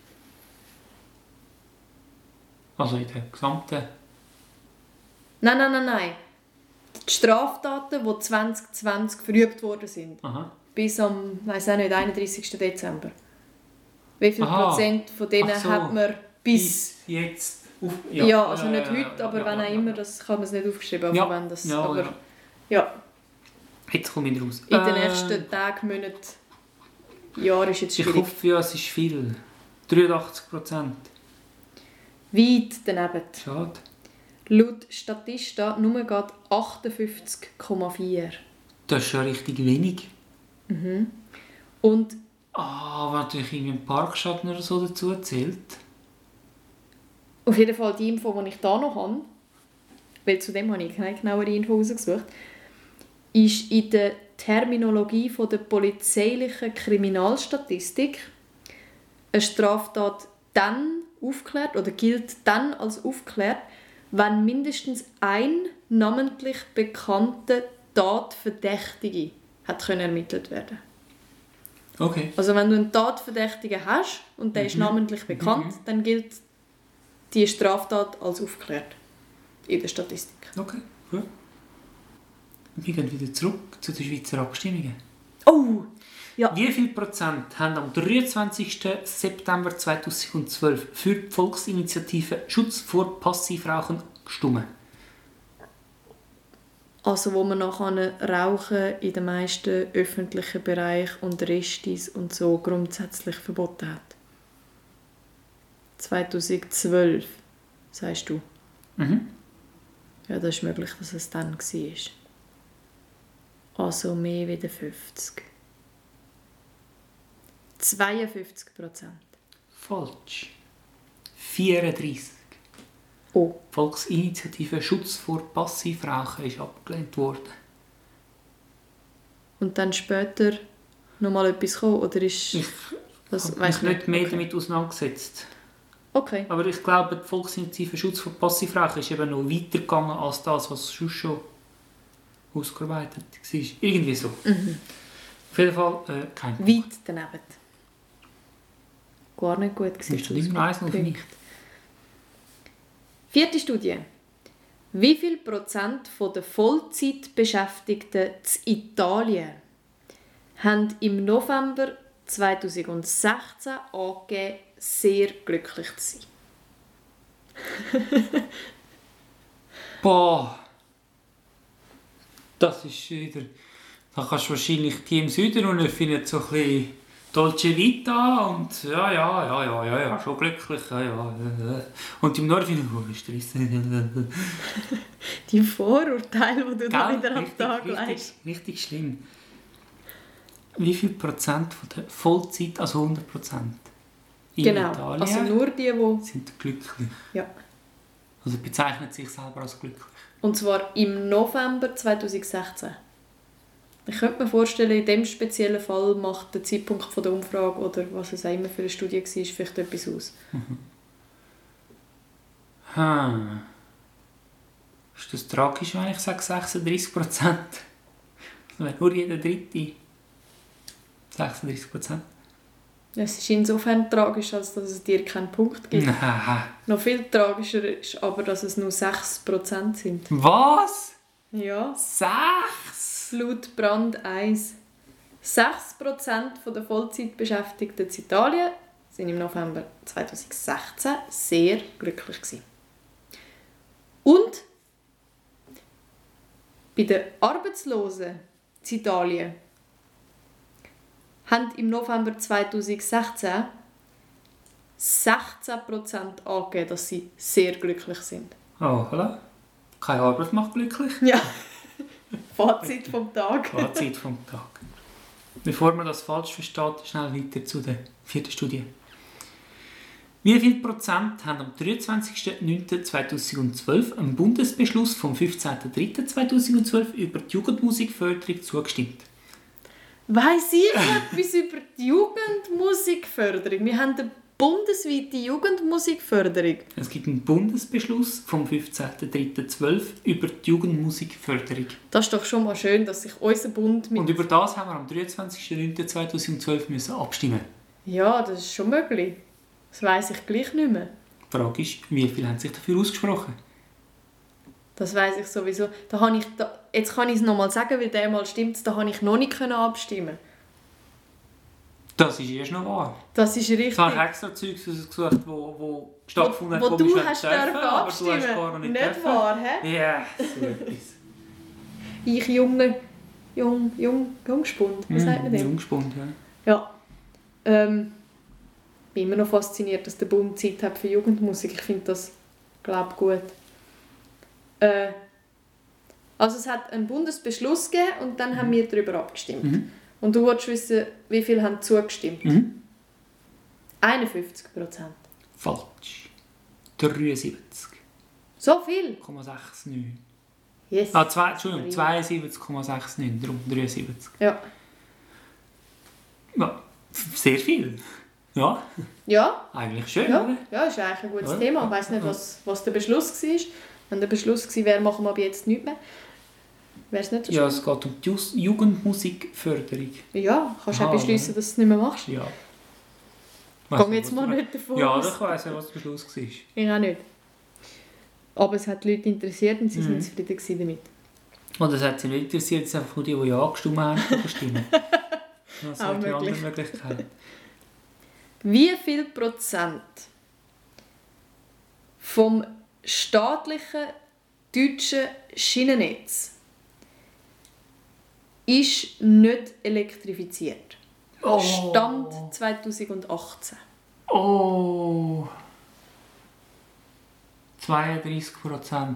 Also in der gesamten... Nein, nein, nein, nein. Die Straftaten, die zwanzig zwanzig verübt worden sind, Aha. bis am, weiss auch nicht, einunddreißigsten Dezember. Wie viel Aha. Prozent von denen Ach so. hat man bis... Bis jetzt... Auf, Ja, also ja, nicht ja, heute, ja, aber ja, wenn ja, auch ja. immer, das kann man es nicht aufgeschrieben, aber Ja, wenn das... ja, aber, ja. ja, Jetzt komme ich raus. in den Äh, ersten Tagen, Monaten, Jahren ist jetzt Ich schwierig. hoffe, ja, es ist viel. dreiundachtzig Prozent. Weit daneben. Schade. Laut Statista nur gerade achtundfünfzig Komma vier. Das ist ja richtig wenig. Und Ah, wenn natürlich irgendwie ein Parkschaden oder so dazu zählt. auf jeden Fall die Info, die ich hier noch habe, weil zu dem habe ich keine genauere Info rausgesucht, ist in der Terminologie von der polizeilichen Kriminalstatistik eine Straftat dann aufklärt oder gilt dann als aufklärt, wenn mindestens ein namentlich bekannter Tatverdächtige hat können ermittelt werden. Okay. Also wenn du einen Tatverdächtigen hast und der mhm. ist namentlich bekannt, mhm. dann gilt die Straftat als aufgeklärt in der Statistik. Okay, gut. Wir gehen wieder zurück zu den Schweizer Abstimmungen. Oh! Ja. Wie viel Prozent haben am dreiundzwanzigsten September zweitausendzwölf für die Volksinitiative Schutz vor Passivrauchen gestimmt? Also wo man nachher Rauchen in den meisten öffentlichen Bereichen und Restis und so grundsätzlich verboten hat. zweitausendzwölf, sagst du? Mhm. Ja, das ist möglich, dass es dann war. Also mehr als fünfzig. zweiundfünfzig Prozent. Falsch. vierunddreißig. Oh. Die Volksinitiative Schutz vor Passivrauchen ist abgelehnt worden. Und dann später noch mal etwas gekommen? Oder ist ich das, habe mich nicht mehr okay. damit auseinandergesetzt. Okay. Aber ich glaube, die Volksinitiative Schutz vor Passivrauchen ist eben noch weitergegangen als das, was sonst schon ausgearbeitet war. Irgendwie so. Mhm. Auf jeden Fall äh, kein Punkt. Weit daneben. Gar nicht gut gewesen. Ist das immer eins noch nicht? Vierte Studie. Wie viel Prozent der Vollzeitbeschäftigten in Italien haben im November zweitausendsechzehn angegeben, sehr glücklich zu sein? Boah! Das ist wieder... Da kannst du wahrscheinlich die im Süden und finden so ein bisschen Dolce Vita und ja, ja, ja, ja, ja, ja, schon glücklich, ja, ja. Und im Norden finden wir, oh, Stress. Die Vorurteile, die du Gell? da wieder am Richtig, Tag richtig, legst. richtig schlimm. Wie viel Prozent von der Vollzeit, also hundert Prozent in genau. Italien, also nur die, die... sind glücklich. Ja. Also bezeichnen sich selber als glücklich. Und zwar im November zweitausendsechzehn. Ich könnte mir vorstellen, in diesem speziellen Fall macht der Zeitpunkt von der Umfrage oder was es auch immer für eine Studie war, vielleicht etwas aus. Mhm. Hm. Ist das tragisch, wenn ich sage sechsunddreißig Prozent? Also nur jeder Dritte. sechsunddreißig Prozent. Es ist insofern tragisch, als dass es dir keinen Punkt gibt. Nein. Noch viel tragischer ist aber, dass es nur sechs Prozent sind. Was? Ja. sechs? Laut Brand eins. sechs Prozent der Vollzeitbeschäftigten in Italien sind im November zweitausendsechzehn sehr glücklich gewesen. Und bei den Arbeitslosen in Italien haben im November zweitausendsechzehn sechzehn Prozent angegeben, dass sie sehr glücklich sind. Oh, voilà. Keine Arbeit macht glücklich. Ja. Fazit vom Tag. Fazit vom Tag. Bevor man das falsch versteht, schnell weiter zu der vierten Studie. Wie viel Prozent haben am dreiundzwanzigsten neunten zweitausendzwölf einem Bundesbeschluss vom fünfzehnten dritten zweitausendzwölf über die Jugendmusikförderung zugestimmt? Weiss ich etwas über die Jugendmusikförderung? Wir haben eine bundesweite Jugendmusikförderung. Es gibt einen Bundesbeschluss vom fünfzehnten dritten zwölf über die Jugendmusikförderung. Das ist doch schon mal schön, dass sich unser Bund mit... Und über das haben wir am dreiundzwanzigsten neunten zweitausendzwölf müssen abstimmen. Ja, das ist schon möglich. Das weiss ich gleich nicht mehr. Die Frage ist, wie viele haben sich dafür ausgesprochen? Das weiss ich sowieso. Da habe ich, da, jetzt kann ich es noch mal sagen, weil der mal stimmt, da habe ich noch nicht abstimmen. Das ist erst noch wahr. Das ist richtig. Ich habe extra Zeugs rausgesucht, wo, wo stattgefunden hat, wo, wo du hast dürfen, abstimmen. Aber du hast gar nicht, nicht dürfen. Wahr, hä? Ja, so etwas. Ich junge, jung, jung, Jungspund, wie sagt man dem? Jungspund, ja. Ja. Ähm, ich bin immer noch fasziniert, dass der Bund Zeit hat für Jugendmusik. Ich finde das, glaube gut. Äh, also es hat einen Bundesbeschluss gegeben und dann mhm. haben wir darüber abgestimmt. Mhm. Und du wolltest wissen, wie viele haben zugestimmt? Mhm. einundfünfzig Prozent. Falsch. dreiundsiebzig. So viel? Komma sechs neun. Yes. Ah, zwei, Entschuldigung, zweiundsiebzig Komma sechs neun, darum dreiundsiebzig. Ja. Ja, sehr viel. Ja, Ja? eigentlich schön, Ja, oder? ja, ist eigentlich ein gutes Ja. Thema. Ich weiss nicht, was, was der Beschluss war. Wenn der Beschluss gewesen wäre, machen wir ab jetzt nichts mehr. Wäre es nicht so Ja, schön? es geht um die Jus- Jugendmusikförderung. Ja, kannst du auch Aha, beschließen, dass du es nicht mehr machst. Ja. Geh jetzt mal nicht davon Ja, aus. ich weiss ja, was der Beschluss war. Ich auch nicht. Aber es hat die Leute interessiert und sie Mhm. sind zufrieden gewesen damit. Und das hat sie nicht interessiert, es sind einfach nur die, die ja angestimmt haben, die bestimmen. Das Auch ist die andere möglich. Möglichkeit. Wie viel Prozent vom staatlichen deutschen Schienennetz ist nicht elektrifiziert? Oh. Stand zweitausendachtzehn. Oh! zweiunddreißig Prozent.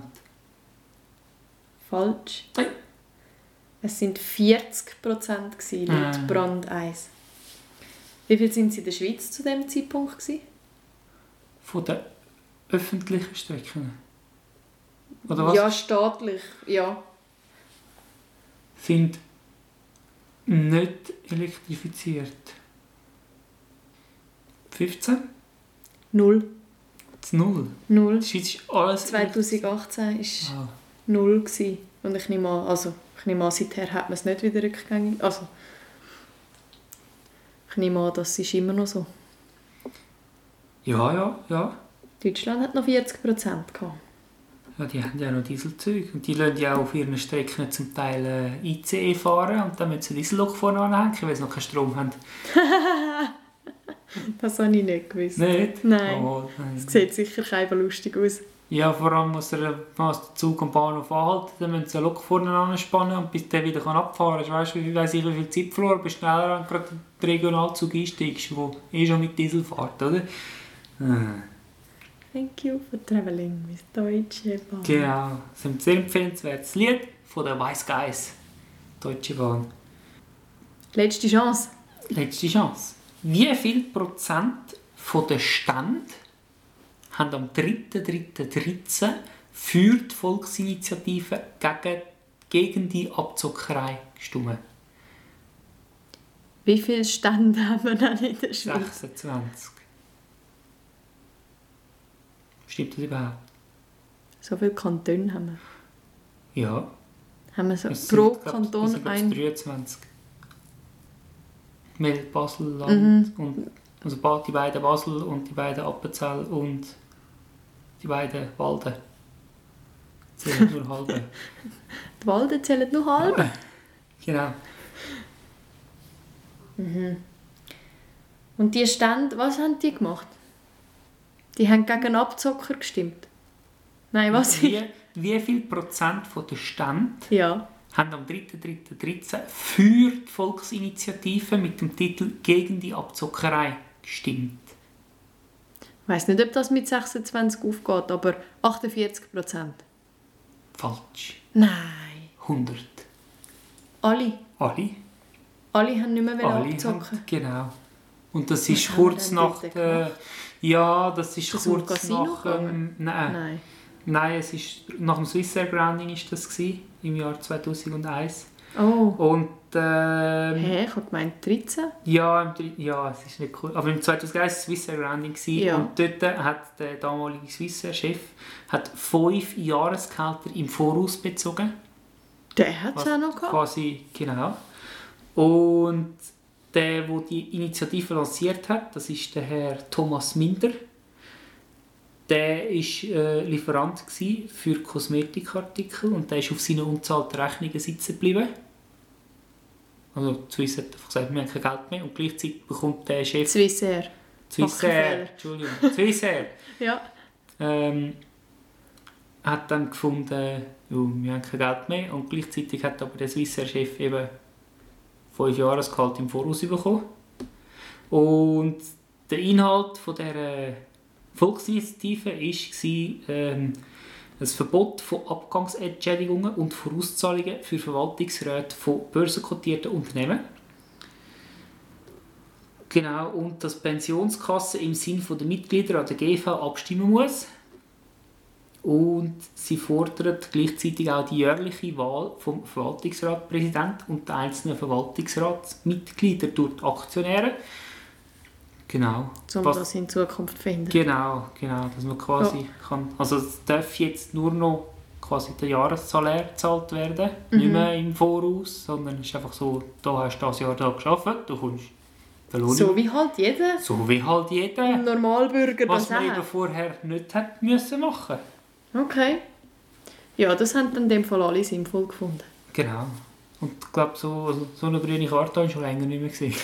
Falsch. Nein. Es sind vierzig Prozent laut Ah. Brand eins. Wie viel sind sie in der Schweiz zu dem Zeitpunkt gewesen? Von den öffentlichen Strecken. Oder was? Ja, staatlich, ja. Sind nicht elektrifiziert. fünfzehn? Null. Das Null. Null. Die Schweiz ist alles zweitausendachtzehn war Ah. null. Gewesen. Und ich nehme an, also, ich nehme an, seither hat man es nicht wieder rückgängig. Also, ich nehme an, das ist immer noch so. Ja, ja, ja. Deutschland hat noch vierzig Prozent gehabt. Ja, die haben ja noch Dieselzeug. Und die lassen ja auch auf ihren Strecken zum Teil äh, I C E fahren und dann müssen sie Diesellok vorne anhängen, weil sie noch keinen Strom haben. Das habe ich nicht gewusst. Nicht? Nein. Oh, nein. Das sieht sicher kein lustig aus. Ja, vor allem muss er, muss der Zug am Bahnhof anhalten, dann müssen sie eine Lok vorne anspannen und bis der wieder abfahren kann. Weißt du, wie, weiss ich, wie viel Zeit verloren, bist schneller, wenn du gerade in den Regionalzug einsteigst, der eh schon mit Diesel fährt, oder? Ah. Thank you for traveling with Deutsche Bahn. Genau, das ist ein sehr empfehlenswertes Lied von den Wise Guys, Deutsche Bahn. Letzte Chance. Letzte Chance. Wie viel Prozent von den Ständen haben am dritter dritter dreizehn für die Volksinitiative gegen, gegen die Abzockerei gestimmt? Wie viele Stände haben wir denn in der Schweiz? sechsundzwanzig. Stimmt das überhaupt? So viele Kantone haben wir. Ja. Haben wir so Es pro sind, glaub, es Kanton sind, glaub, ein... dreiundzwanzig. Weil Basel, Land und also ba- die beiden Basel und die beiden Appenzell und die beiden Walden zählen nur halbe. Die Walden zählen nur halb. Genau. Und die Stände, was haben die gemacht? Die haben gegen Abzocker gestimmt. Nein, was? Wie, wie viel Prozent von den Ständen Ja. haben am dritter dritter dreizehn für die Volksinitiative mit dem Titel «Gegen die Abzockerei» gestimmt? Ich weiss nicht, ob das mit sechsundzwanzig aufgeht, aber achtundvierzig Prozent. Falsch. Nein. hundert. Alle. Alle? Alle haben nicht mehr Alle abzocken. haben, genau. Und das Was ist haben wir kurz denn nach dort der... Ja, das ist Ist das um kurz Casino nach... Ähm, nein. Nein. Nein, es ist nach dem Swissair Grounding ist das gewesen, im Jahr zweitausendeins. Oh. Und ähm, Hä? Ich habe gemeint dreizehn. ja, im, Dr- ja, es ist nicht cool. Aber im zweitausendeins war es Swissair Grounding gewesen, Ja. und dort hat der damalige Swissair-Chef hat fünf Jahresgehälter im Voraus bezogen. Der hat es Was auch noch gehabt. Quasi, genau. Und der, der die Initiative lanciert hat, das ist der Herr Thomas Minder. Der war äh, Lieferant gsi für Kosmetikartikel und der ist auf seinen unzahlten Rechnungen sitzen geblieben. Also die Swiss hat einfach gesagt, wir haben kein Geld mehr und gleichzeitig bekommt der Chef... Swissair. Swissair, Entschuldigung, Swissair. Ja. Ähm, hat dann gefunden, ja, wir haben kein Geld mehr und gleichzeitig hat aber der Swissair-Chef eben fünf Jahresgehalt im Voraus bekommen. Und der Inhalt von dieser Volksinitiative war ähm, ein Verbot von Abgangsentschädigungen und Vorauszahlungen für Verwaltungsräte von börsenkotierten Unternehmen. Genau, und dass die Pensionskasse im Sinne der Mitglieder an der G V abstimmen muss. Und sie fordert gleichzeitig auch die jährliche Wahl vom Verwaltungsratspräsidenten und der einzelnen Verwaltungsratsmitglieder durch die Aktionäre. Genau. Um Was, das in Zukunft zu verhindern. genau, genau, dass man quasi Ja. kann, also es darf jetzt nur noch quasi der Jahressalär gezahlt werden, mhm. nicht mehr im Voraus, sondern es ist einfach so, da hast du das Jahr da gearbeitet, du kommst den Lohn. So wie halt jeder So wie halt jeder, Normalbürger was das man auch. eben vorher nicht hat müssen machen. Okay. Ja, das haben dann in dem Fall alle sinnvoll gefunden. Genau. Und ich glaube, so, also, so eine grüne Karte habe ich schon länger nicht mehr gesehen.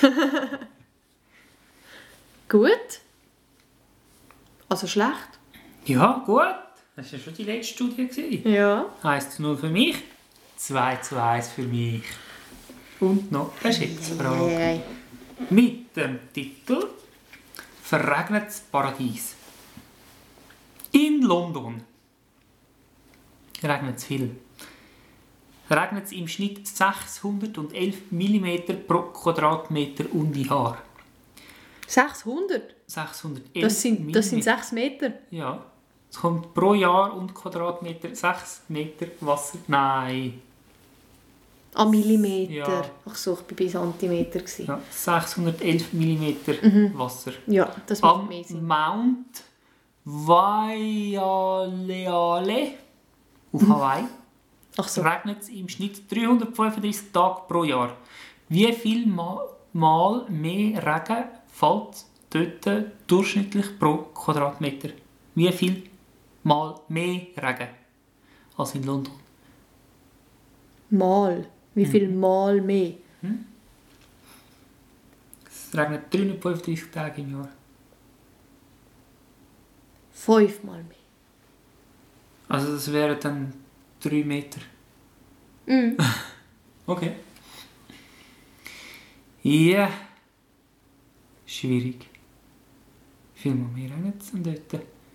Gut. Also schlecht? Ja, gut. Das war ja schon die letzte Studie gewesen. Ja. eins zu null für mich, zwei zu eins für mich. Und noch eine Schätzfrage. Hey. Mit dem Titel «Verregnetes Paradies». In London regnet es viel. Regnet es im Schnitt sechshundertelf Millimeter pro Quadratmeter und Jahr. sechshundert? sechshundertelf Das sind, das sind Millimeter. sechs Meter. Ja. Es kommt pro Jahr und Quadratmeter sechs Meter Wasser. Nein. Ah, Millimeter. Ja. Ach so, ich war bei Zentimeter. Ja, Ja, sechshundertelf Millimeter Wasser. ja das macht Am mehr Sinn. Mount Waialeale auf Hawaii Ach so. regnet es im Schnitt dreihundertfünfunddreißig Tage pro Jahr. Wie viel Mal, mal mehr Regen fällt dort durchschnittlich pro Quadratmeter? Wie viel Mal mehr Regen als in London? Mal. Wie viel Mal mehr? Es regnet dreihundertfünfunddreißig Tage im Jahr. Fünfmal mehr. Also das wären dann drei Meter. Mhm. Okay. Ja. Schwierig. Viel mehr regnet es denn dort?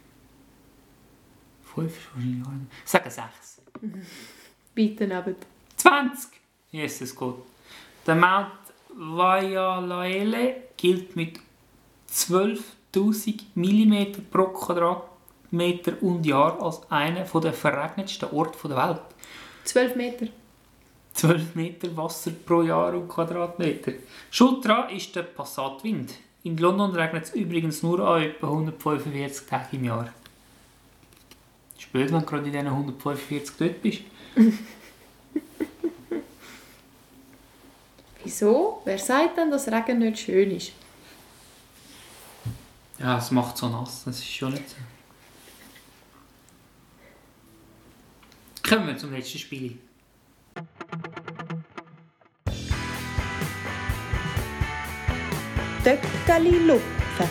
Fünf ist wahrscheinlich auch nicht. Sagen sechs. Bitte neben. zwanzig! Jesus Gott. Der Mount Waialeale gilt mit zwölftausend Millimeter pro Quadratmeter und Jahr als einer der verregnetsten Orte der Welt. zwölf Meter. zwölf Meter Wasser pro Jahr und Quadratmeter. Schuld daran ist der Passatwind. In London regnet es übrigens nur an etwa hundertfünfundvierzig Tagen im Jahr. Ist blöd, wenn du gerade in diesen hundertfünfundvierzig dort bist. Wieso? Wer sagt denn, dass Regen nicht schön ist? Ja, es macht so nass, das ist schon nicht so. Kommen wir zum letzten Spiel. Töckeli lupfen.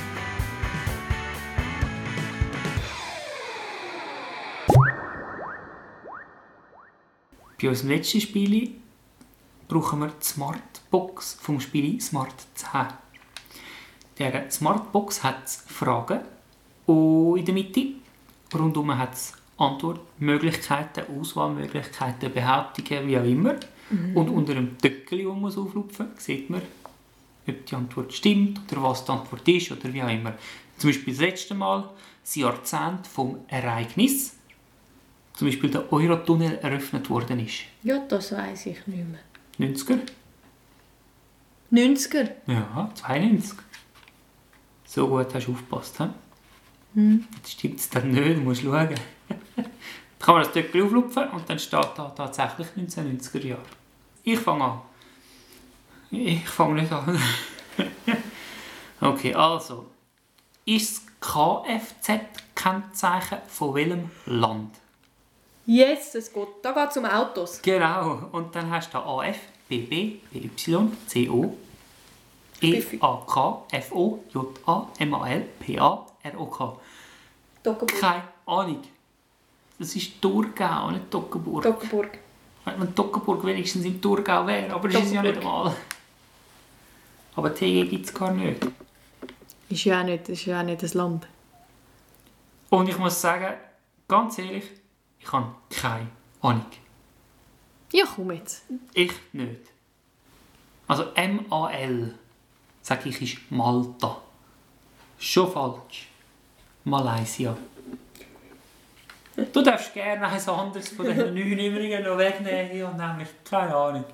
Bei unserem letzten Spiel brauchen wir die Smartbox vom Spiel Smart zehn. Diese Smartbox hat Fragen und in der Mitte. Rundum hat es Antwortmöglichkeiten, Auswahlmöglichkeiten, Behauptungen, wie auch immer. Mhm. Und unter dem Töckeli, das man auflupfen muss, sieht man, ob die Antwort stimmt oder was die Antwort ist oder wie auch immer. Zum Beispiel das letzte Mal das Jahrzehnt vom Ereignis. Zum Beispiel der Eurotunnel eröffnet worden ist. Ja, das weiss ich nicht mehr. neunziger? neunziger? Ja, zweiundneunzig. So gut hast du aufgepasst. He? Hm. Jetzt stimmt es dann nicht, du musst schauen. Dann kann man das Töckchen auflupfen und dann steht da tatsächlich neunzehnhundertneunziger Jahre. Ich fange an. Ich fange nicht an. Okay, also. Ist das K F Z-Kennzeichen von welchem Land? Jesus Gott, da geht es um Autos. Genau. Und dann hast du da A F, B B, B Y, C O, E A K, F O, J A, M A L, P A, R O K. Toggenburg. Keine Ahnung. Das ist Thurgau, nicht Toggenburg. Toggenburg. Wenn Toggenburg wenigstens im Thurgau wäre, aber das ist ja nicht einmal. Aber T G gibt es gar nicht. Ist ja auch nicht, ist ja auch nicht das Land. Und ich muss sagen, ganz ehrlich, ich habe keine Ahnung. Ja, komm jetzt. Ich nicht. Also M A L, sage ich, ist Malta. Schon falsch. Malaysia. Du darfst gerne eins anderes von den neun Übrigen noch wegnehmen und nämlich keine Ahnung.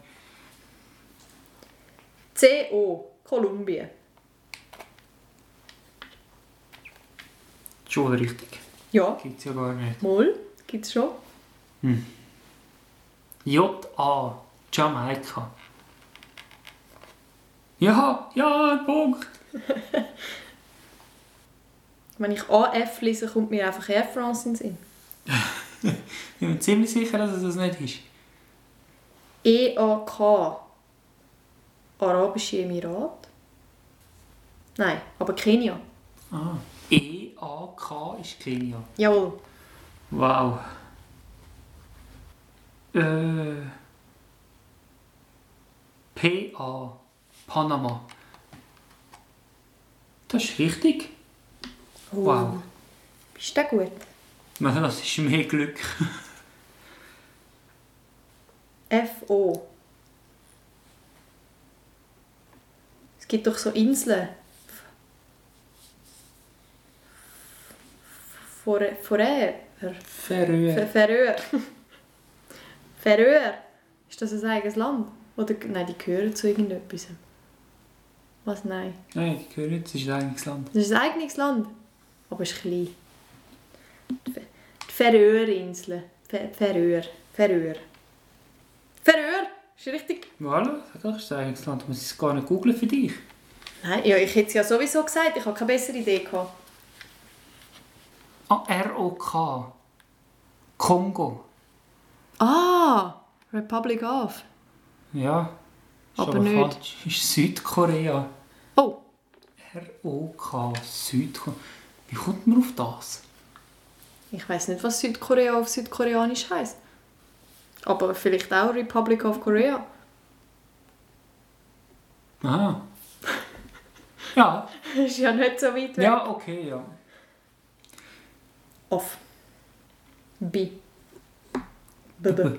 C O. Kolumbien. Schon richtig. Ja. Gibt es ja gar nicht. Mal. Gibt es schon. Hm. J A. Jamaika. Ja, ja, ein Punkt. Wenn ich A F lese, kommt mir einfach Air France in den Sinn. Ich bin ziemlich sicher, dass es das nicht ist. E A K. Arabische Emirate? Nein, aber Kenia. Ah. E A K ist Kenia. Jawohl. Wow. Äh. P A. Panama. Das ist richtig. Oh. Wow. Bist du gut? Das ist mehr Glück. F O. Es gibt doch so Inseln. Färöer. Färöer. Färöer. Färöer. Ist das ein eigenes Land? Oder, nein, die gehören zu irgendetwas. Was? Nein. Nein, ich höre nicht, das ist ein eigenes Land. Das ist ein eigenes Land. Aber es ist klein. Die Fä- die Färöerinseln. Fä- Färöer. Färöer. Färöer! Ist richtig? Voilà, das ist ein eigenes Land. Muss ich es gar nicht googeln für dich? Nein, ja, ich hätte es ja sowieso gesagt. Ich habe keine bessere Idee gehabt. Ah, R O K. Kongo. Ah! Republic of. Ja. Ist Aber nicht. falsch. Ist Südkorea. Oh! R O K. Südkorea. Wie kommt man auf das? Ich weiss nicht, was Südkorea auf Südkoreanisch heisst. Aber vielleicht auch Republic of Korea. Aha. Ja. Ist ja nicht so weit weg. Ja, okay, ja. Off. B. B. B.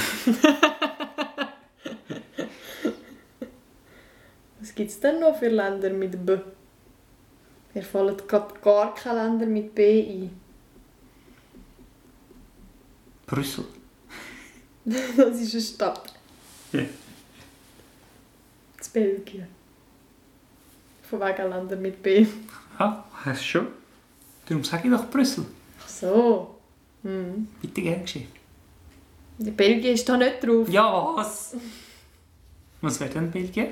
Was gibt es denn noch für Länder mit B? Mir fallen gerade gar keine Länder mit B ein. Brüssel. Das ist eine Stadt. Ja. In Belgien. Von wegen Länder mit B. Ja, hast du schon. Darum sage ich doch Brüssel. Ach so. Hm. Bitte gern geschehen. Die Belgien ist da nicht drauf. Ja, was? Was wäre denn Belgien?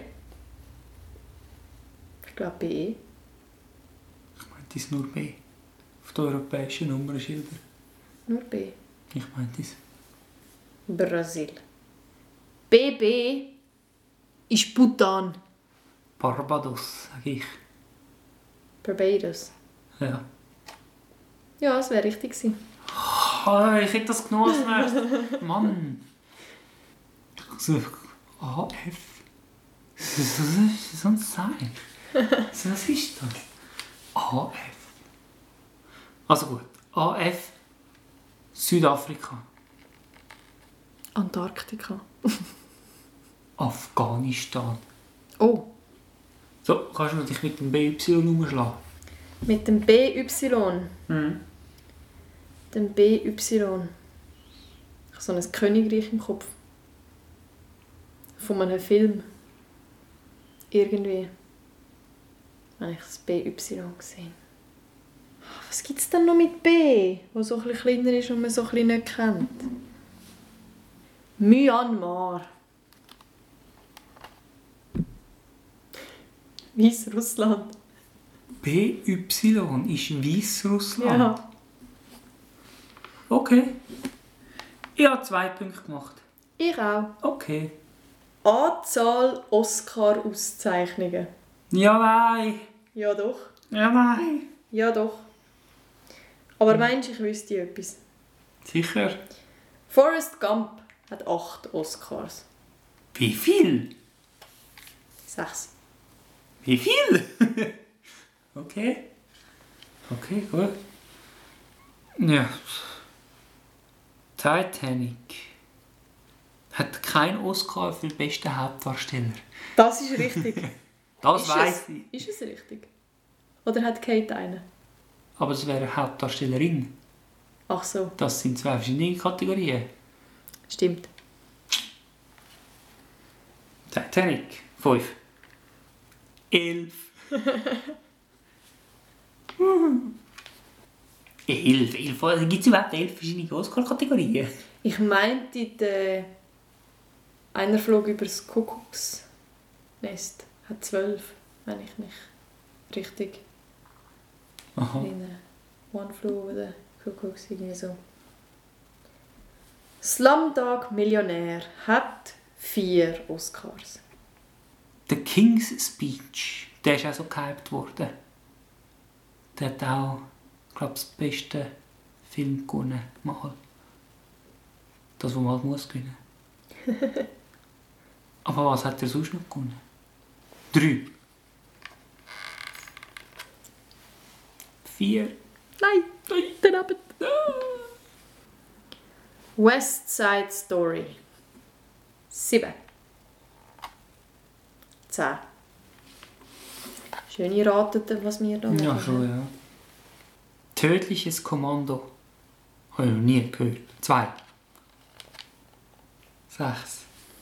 Ich glaube B. Ich meinte es nur B. Auf den europäischen Nummernschildern. Nur B. Ich meinte es. Brasil. B B ist Bhutan. Barbados, sage ich. Barbados. Ja. Ja, das wäre richtig gewesen. Oh, ich hätte das genommen als nächstes. Mann. So, A F. Das ist so ein Zeichen. Was ist das? A F. Also gut. A F. Südafrika. Antarktika. Afghanistan. Oh, So, kannst du dich mit dem B Y umschlagen? mit dem B Y. Mhm. Dem B Y. Ich habe so ein Königreich im Kopf. Von einem Film. Irgendwie. Habe ich das B Y gesehen. Was gibt es denn noch mit B, wo so ein bisschen kleiner ist und man so ein bisschen nicht kennt? Myanmar. Weißrussland. B Y ist Weißrussland. Ja. Okay. Ich habe zwei Punkte gemacht. Ich auch. Okay. Anzahl Oscar-Auszeichnungen. Ja, nein. Ja doch. Ja, nein. Ja doch. Aber meinst du, ich wüsste etwas? Sicher. Forrest Gump hat acht Oscars. Wie viel? Sechs. Wie viel? Okay. Okay, gut. Ja. Titanic hat keinen Oscar für den besten Hauptdarsteller. Das ist richtig. Das Ist weiss es? ich. Ist es richtig? Oder hat Kate einen? Aber es wäre eine Hauptdarstellerin. Ach so, Das sind zwei verschiedene Kategorien. stimmt. Titanic. fünf. elf. elf. elf. Gibt es überhaupt elf verschiedene Oscar-Kategorien? Ich meinte, der einer flog über das Kuckucksnest. Hat zwölf, wenn ich mich richtig Aha. erinnere. One flew over the Kuckucks, irgendwie so. Slumdog Millionär hat vier Oscars. The King's Speech. Der ist auch so gehypt worden. Der hat auch, glaube ich, das beste Film gewonnen. Mal. Das, was man halt muss gewinnen. Aber was hat er sonst noch gewonnen? Drei. Vier. Nein, daneben. West Side Story. Sieben. Zehn. Schöne Rateten, was wir da machen. Ja, schon, ja. Tödliches Kommando. Habe ich noch nie gehört. Zwei. Sechs.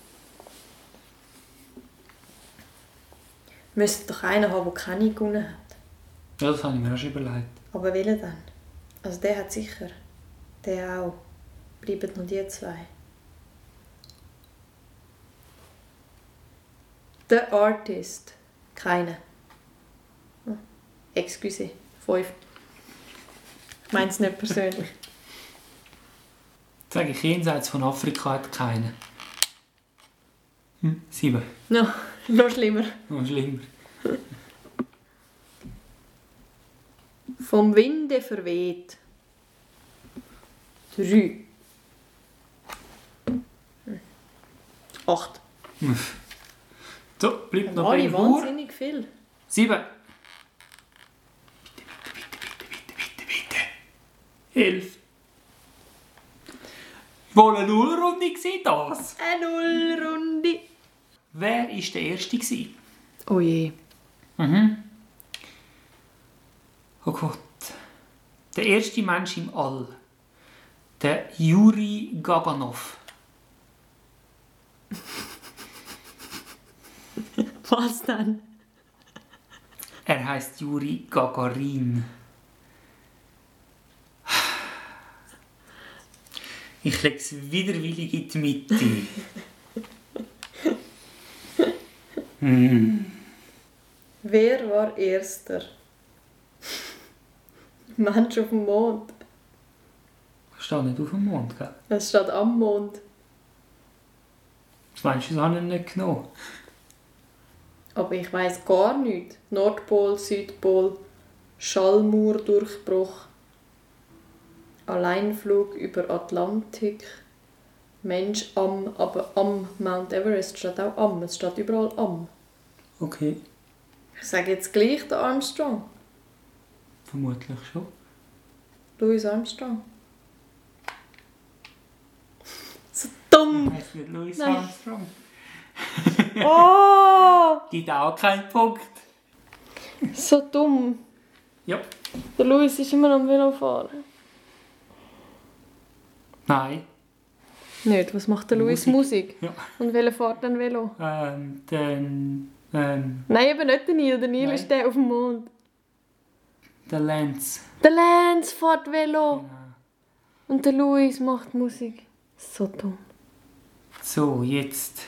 Müsste doch einer haben, der keine gewonnen hat. Ja, das habe ich mir auch schon überlegt. Aber welcher dann? Also der hat sicher. Der auch. Bleiben nur die zwei. The Artist. Keine. Hm. Excuse. Fünf. Ich meine es nicht persönlich. Sage ich, jenseits von Afrika hat keinen. Hm? Sieben. Ja, noch schlimmer. Noch schlimmer. Vom Winde verweht. Drei. Hm. Acht. So, bleibt noch Alle ein Uhr. wahnsinnig viel. Sieben. Bitte, bitte, bitte, bitte, bitte, bitte. Elf. Wohl eine Nullrunde war das? Eine Nullrunde. Wer war der Erste? gewesen? Oh je. Mhm. Oh Gott. Der erste Mensch im All. Der Juri Gaganov. Was denn? Er heißt Juri Gagarin. Ich lege es widerwillig in die Mitte. hm. Wer war Erster? Mensch auf dem Mond. Ich stehe nicht auf dem Mond, gell? Es steht am Mond. Was meinst du, das habe ich nicht genommen? Aber ich weiss gar nichts. Nordpol, Südpol, Schallmauerdurchbruch, Alleinflug über Atlantik, Mensch am, aber am Mount Everest steht auch am. Es steht überall am. Okay, Ich sage jetzt gleich der Armstrong. vermutlich schon. Louis Armstrong. So dumm! Heißt nicht Louis Nein. Armstrong. Oh! Gibt auch keinen Punkt. So dumm. Ja. Der Louis ist immer am Velofahren. Nein. Nicht, was macht der Louis? Musik. Musik. Ja. Und welcher fährt dann Velo? Ähm, dann... Ähm, Nein, eben nicht der Neil. Der Neil Nein. ist der auf dem Mond. der Lenz. Der Lance fährt Velo. Genau. Und der Louis macht Musik. So dumm. So, jetzt...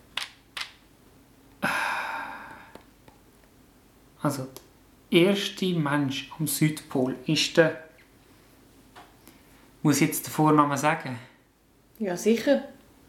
Also, der erste Mensch am Südpol ist der... Muss ich jetzt den Vornamen sagen? Ja, sicher.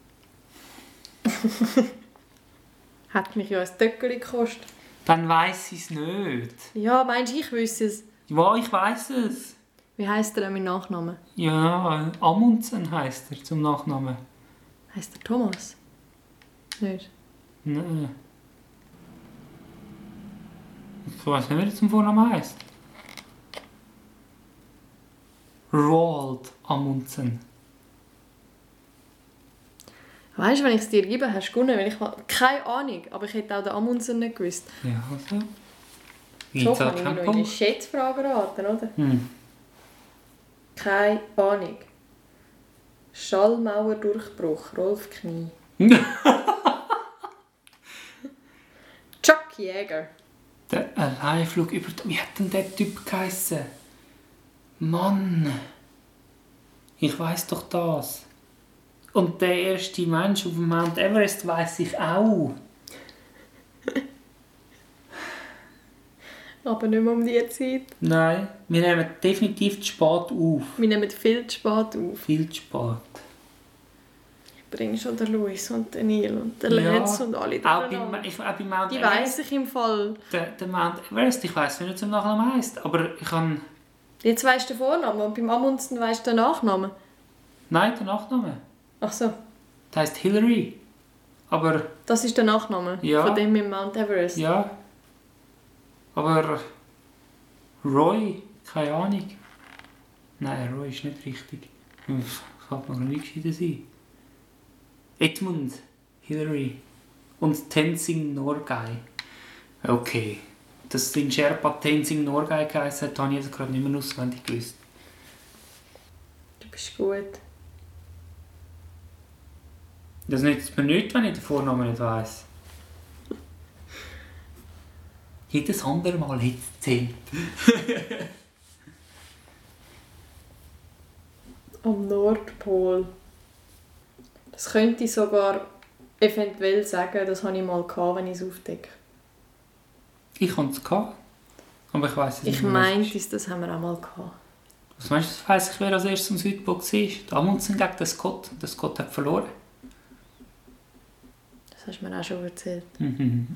Hat mich ja ein Töckeli gekostet. Dann weiss ich es nicht. Ja, meinst du, ich wüsste es? Ja, ich weiss es. Wie heisst er denn mit Nachnamen? Ja, Amundsen heisst er zum Nachnamen. Heisst er Thomas? Nicht. Nein. Ich weiss nicht, wie er zum Vornamen heisst. Roald Amundsen. Weißt du, wenn ich es dir gebe, hast du gewonnen. Weil ich habe keine Ahnung, aber ich hätte auch den Amundsen nicht gewusst. Ja, also. So Gibt's kann auch ich keinen noch in die Punkt? Schätzfrage raten, oder? Hm. keine Ahnung. Schallmauerdurchbruch, Rolf Knie. Chuck Jäger. Der Alleinflug über... Wie hat denn der Typ geheissen? Mann! Ich weiss doch das. Und der erste Mensch auf dem Mount Everest weiss ich auch. Aber nicht mehr um die Zeit. Nein, wir nehmen definitiv zu spät auf. Wir nehmen viel zu spät auf. Viel zu spät. Ich bringe schon den Luis und den Neil und den Ja, Lenz und alle Auch bei, durcheinander. ich, auch bei Mount Die Everest. weiss ich im Fall. Der, der Mount Everest, ich weiss, wie er zum Nachnamen heisst. Aber ich kann... Jetzt weisst du den Vornamen und beim Amundsen weisst du den Nachnamen. Nein, der Nachname. Ach so, Der heisst Hillary. Aber... das ist der Nachname Ja. von dem im Mount Everest. Ja. Aber... Roy? Keine Ahnung. Nein, Roy ist nicht richtig. Das kann noch nicht gescheiter sein. Edmund Hillary und Tenzing Norgay. Okay. Dass den Sherpa Tenzing Norgay geheißen hat, habe ich jetzt gerade nicht mehr auswendig gewusst. Du bist gut. Das nützt mir nichts, wenn ich den Vornamen nicht weiss. Jedes andere Mal hätte es gezählt. Am Nordpol. Das könnte ich sogar eventuell sagen, das habe ich mal gehabt, wenn ich es aufdecke. Ich hatte es, gehabt, aber ich weiss es Ich nicht mehr. meinte, das haben wir auch mal gehabt. Was meinst du, weiss ich, wer als erstes am Südpol war? Der Amundsen gegen den Scott. Der Scott hat verloren. Das hast du mir auch schon erzählt. Mhm.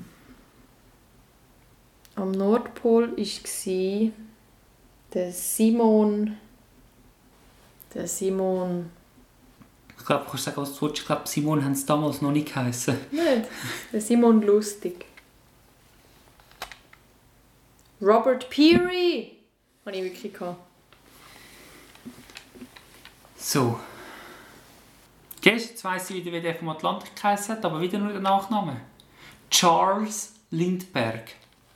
Am Nordpol war der Simon. Der Simon. Ich glaube, du kannst sagen, was du willst. Ich glaube, Simon haben es damals noch nicht geheissen. Nicht. Der Simon Lustig. Robert Peary! Habe ich wirklich gehabt. So. Jetzt weiss ich wieder, wie der vom Atlantik geheissen hat, aber wieder nur der Nachname. Charles Lindbergh.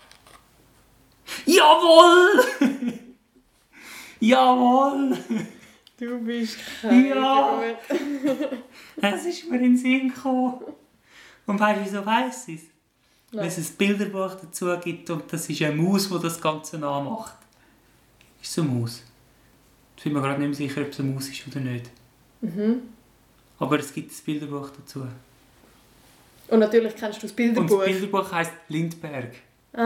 Jawohl! Jawohl! Du bist kein Ja. gut. Es ist mir in den Sinn gekommen. Und weißt du, wieso weiss ich es? Weil es ein Bilderbuch dazu gibt und das ist eine Maus, die das Ganze nachmacht. Ist es eine Maus? Ich bin mir gerade nicht mehr sicher, ob es eine Maus ist oder nicht. Mhm. Aber es gibt ein Bilderbuch dazu. Und natürlich kennst du das Und Bilderbuch. das Bilderbuch heisst Lindbergh.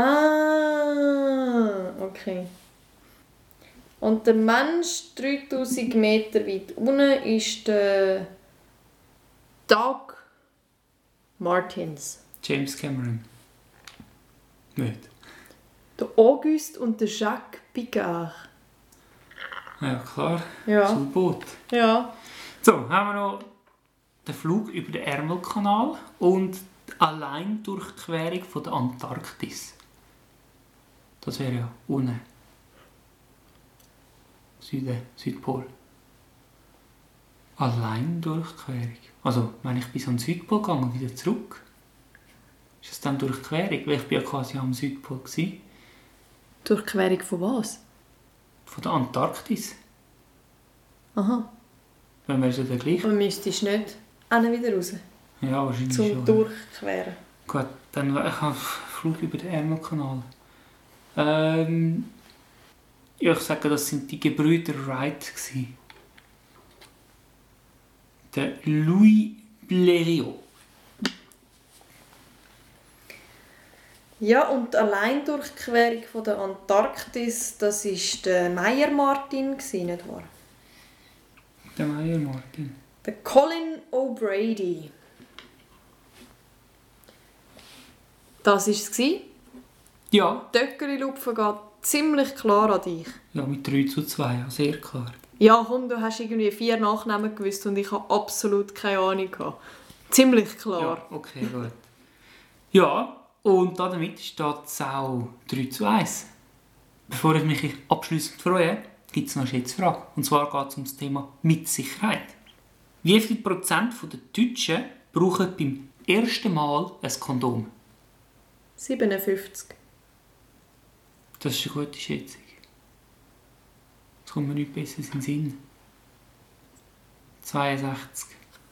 Ah, okay. Und der Mensch dreitausend Meter weit unten ist der Doug Martins. James Cameron. Nicht. Der Auguste und der Jacques Picard. Ja, klar. Ja. So ein Boot. Ja. So, haben wir noch den Flug über den Ärmelkanal und die Alleindurchquerung von der Antarktis. Das wäre ja unten. Süden, Südpol. Alleindurchquerung. Also, wenn ich bis an den Südpol gehe und wieder zurück, ist es dann Durchquerung? Weil ich war ja quasi am Südpol gewesen. Durchquerung von was? Von der Antarktis. Aha. Wenn wir es ja dann gleich. Aber müsstest du nicht auch wieder raus, Ja, wahrscheinlich zum schon. Durchqueren. Gut, dann ich habe Flug über den Ärmelkanal. Ähm, ja, ich sage, das sind die Gebrüder Wright gewesen. Der Louis Blériot. Ja, und die Alleindurchquerung von der Antarktis, das war der Meyer Martin, nicht wahr? Der Meyer Martin. Der Colin O'Brady. Das war es. Ja. Die Töckeli-Lupfe geht ziemlich klar an dich. Ja, mit drei zu zwei, ja, sehr klar. Ja, komm, du hast irgendwie vier Nachnamen gewusst und ich habe absolut keine Ahnung gehabt. Ziemlich klar. Ja, okay, gut. Ja, und damit steht es auch drei zu eins. Bevor ich mich abschliessend freue, gibt es noch eine Schätzfrage. Und zwar geht es um das Thema Mitsicherheit. Wie viel Prozent der Deutschen brauchen beim ersten Mal ein Kondom? siebenundfünfzig. Das ist eine gute Schätzung. Jetzt kommt mir nichts Besseres in den Sinn. zweiundsechzig.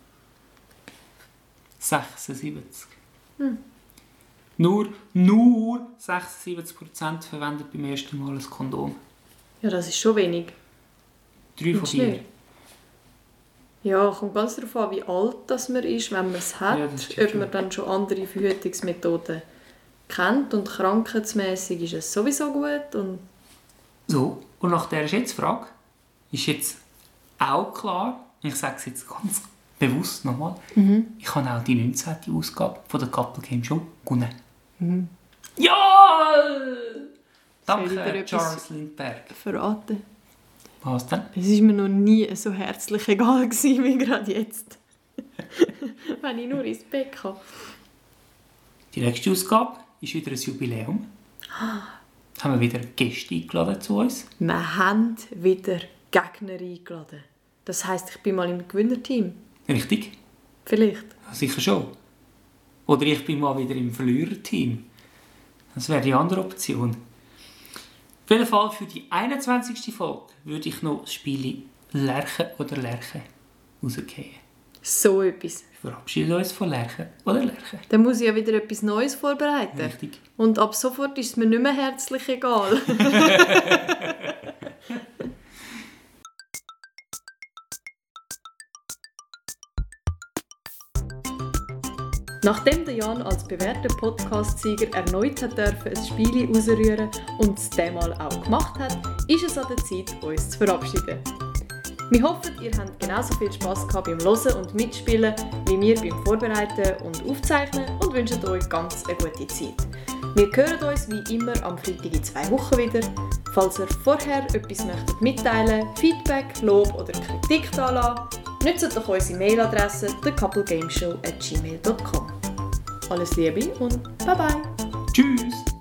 sechsundsiebzig. Hm. Nur, nur sechsundsiebzig Prozent verwendet beim ersten Mal ein Kondom. Ja, das ist schon wenig. Drei von vier. Ja, kommt ganz darauf an, wie alt das man ist, wenn man es hat. Ja, das ob stimmt man dann schon andere Verhütungsmethoden kennt. Und krankheitsmässig ist es sowieso gut. Und So, und nach dieser Schätzfrage ist jetzt auch klar, ich sage es jetzt ganz bewusst nochmal, mhm. ich habe auch die neunzehnte Ausgabe von der Couple Game Show gewonnen. Mhm. Ja! Danke, Charles Lindbergh. Verraten. Was denn? Es war mir noch nie so herzlich egal gewesen, wie gerade jetzt. Wenn ich nur ins Bett kann. Die nächste Ausgabe ist wieder ein Jubiläum. Jetzt haben wir wieder Gäste eingeladen zu uns. Wir haben wieder Gegner eingeladen. Das heisst, ich bin mal im Gewinnerteam. Richtig? Vielleicht. Ja, sicher schon. Oder ich bin mal wieder im Verliererteam. Das wäre die andere Option. Auf jeden Fall für die einundzwanzigste Folge würde ich noch das Spiel Lerche oder Lerche rausgehen. So etwas. Wir verabschieden uns von Lerche oder Lerche. Dann muss ich ja wieder etwas Neues vorbereiten. Richtig. Und ab sofort ist es mir nicht mehr herzlich egal. Nachdem der Jan als bewährter Podcast-Sieger erneut hat dürfen, ein Spiel rausrühren und es diesmal auch gemacht hat, ist es an der Zeit, uns zu verabschieden. Wir hoffen, ihr habt genauso viel Spass gehabt beim Hören und Mitspielen wie wir beim Vorbereiten und Aufzeichnen und wünschen euch ganz eine gute Zeit. Wir hören uns wie immer am Freitag in zwei Wochen wieder. Falls ihr vorher etwas möchtet mitteilen, Feedback, Lob oder Kritik da lassen, nutzt doch unsere Mailadresse the couple game show at gmail dot com. Alles Liebe und bye bye! Tschüss!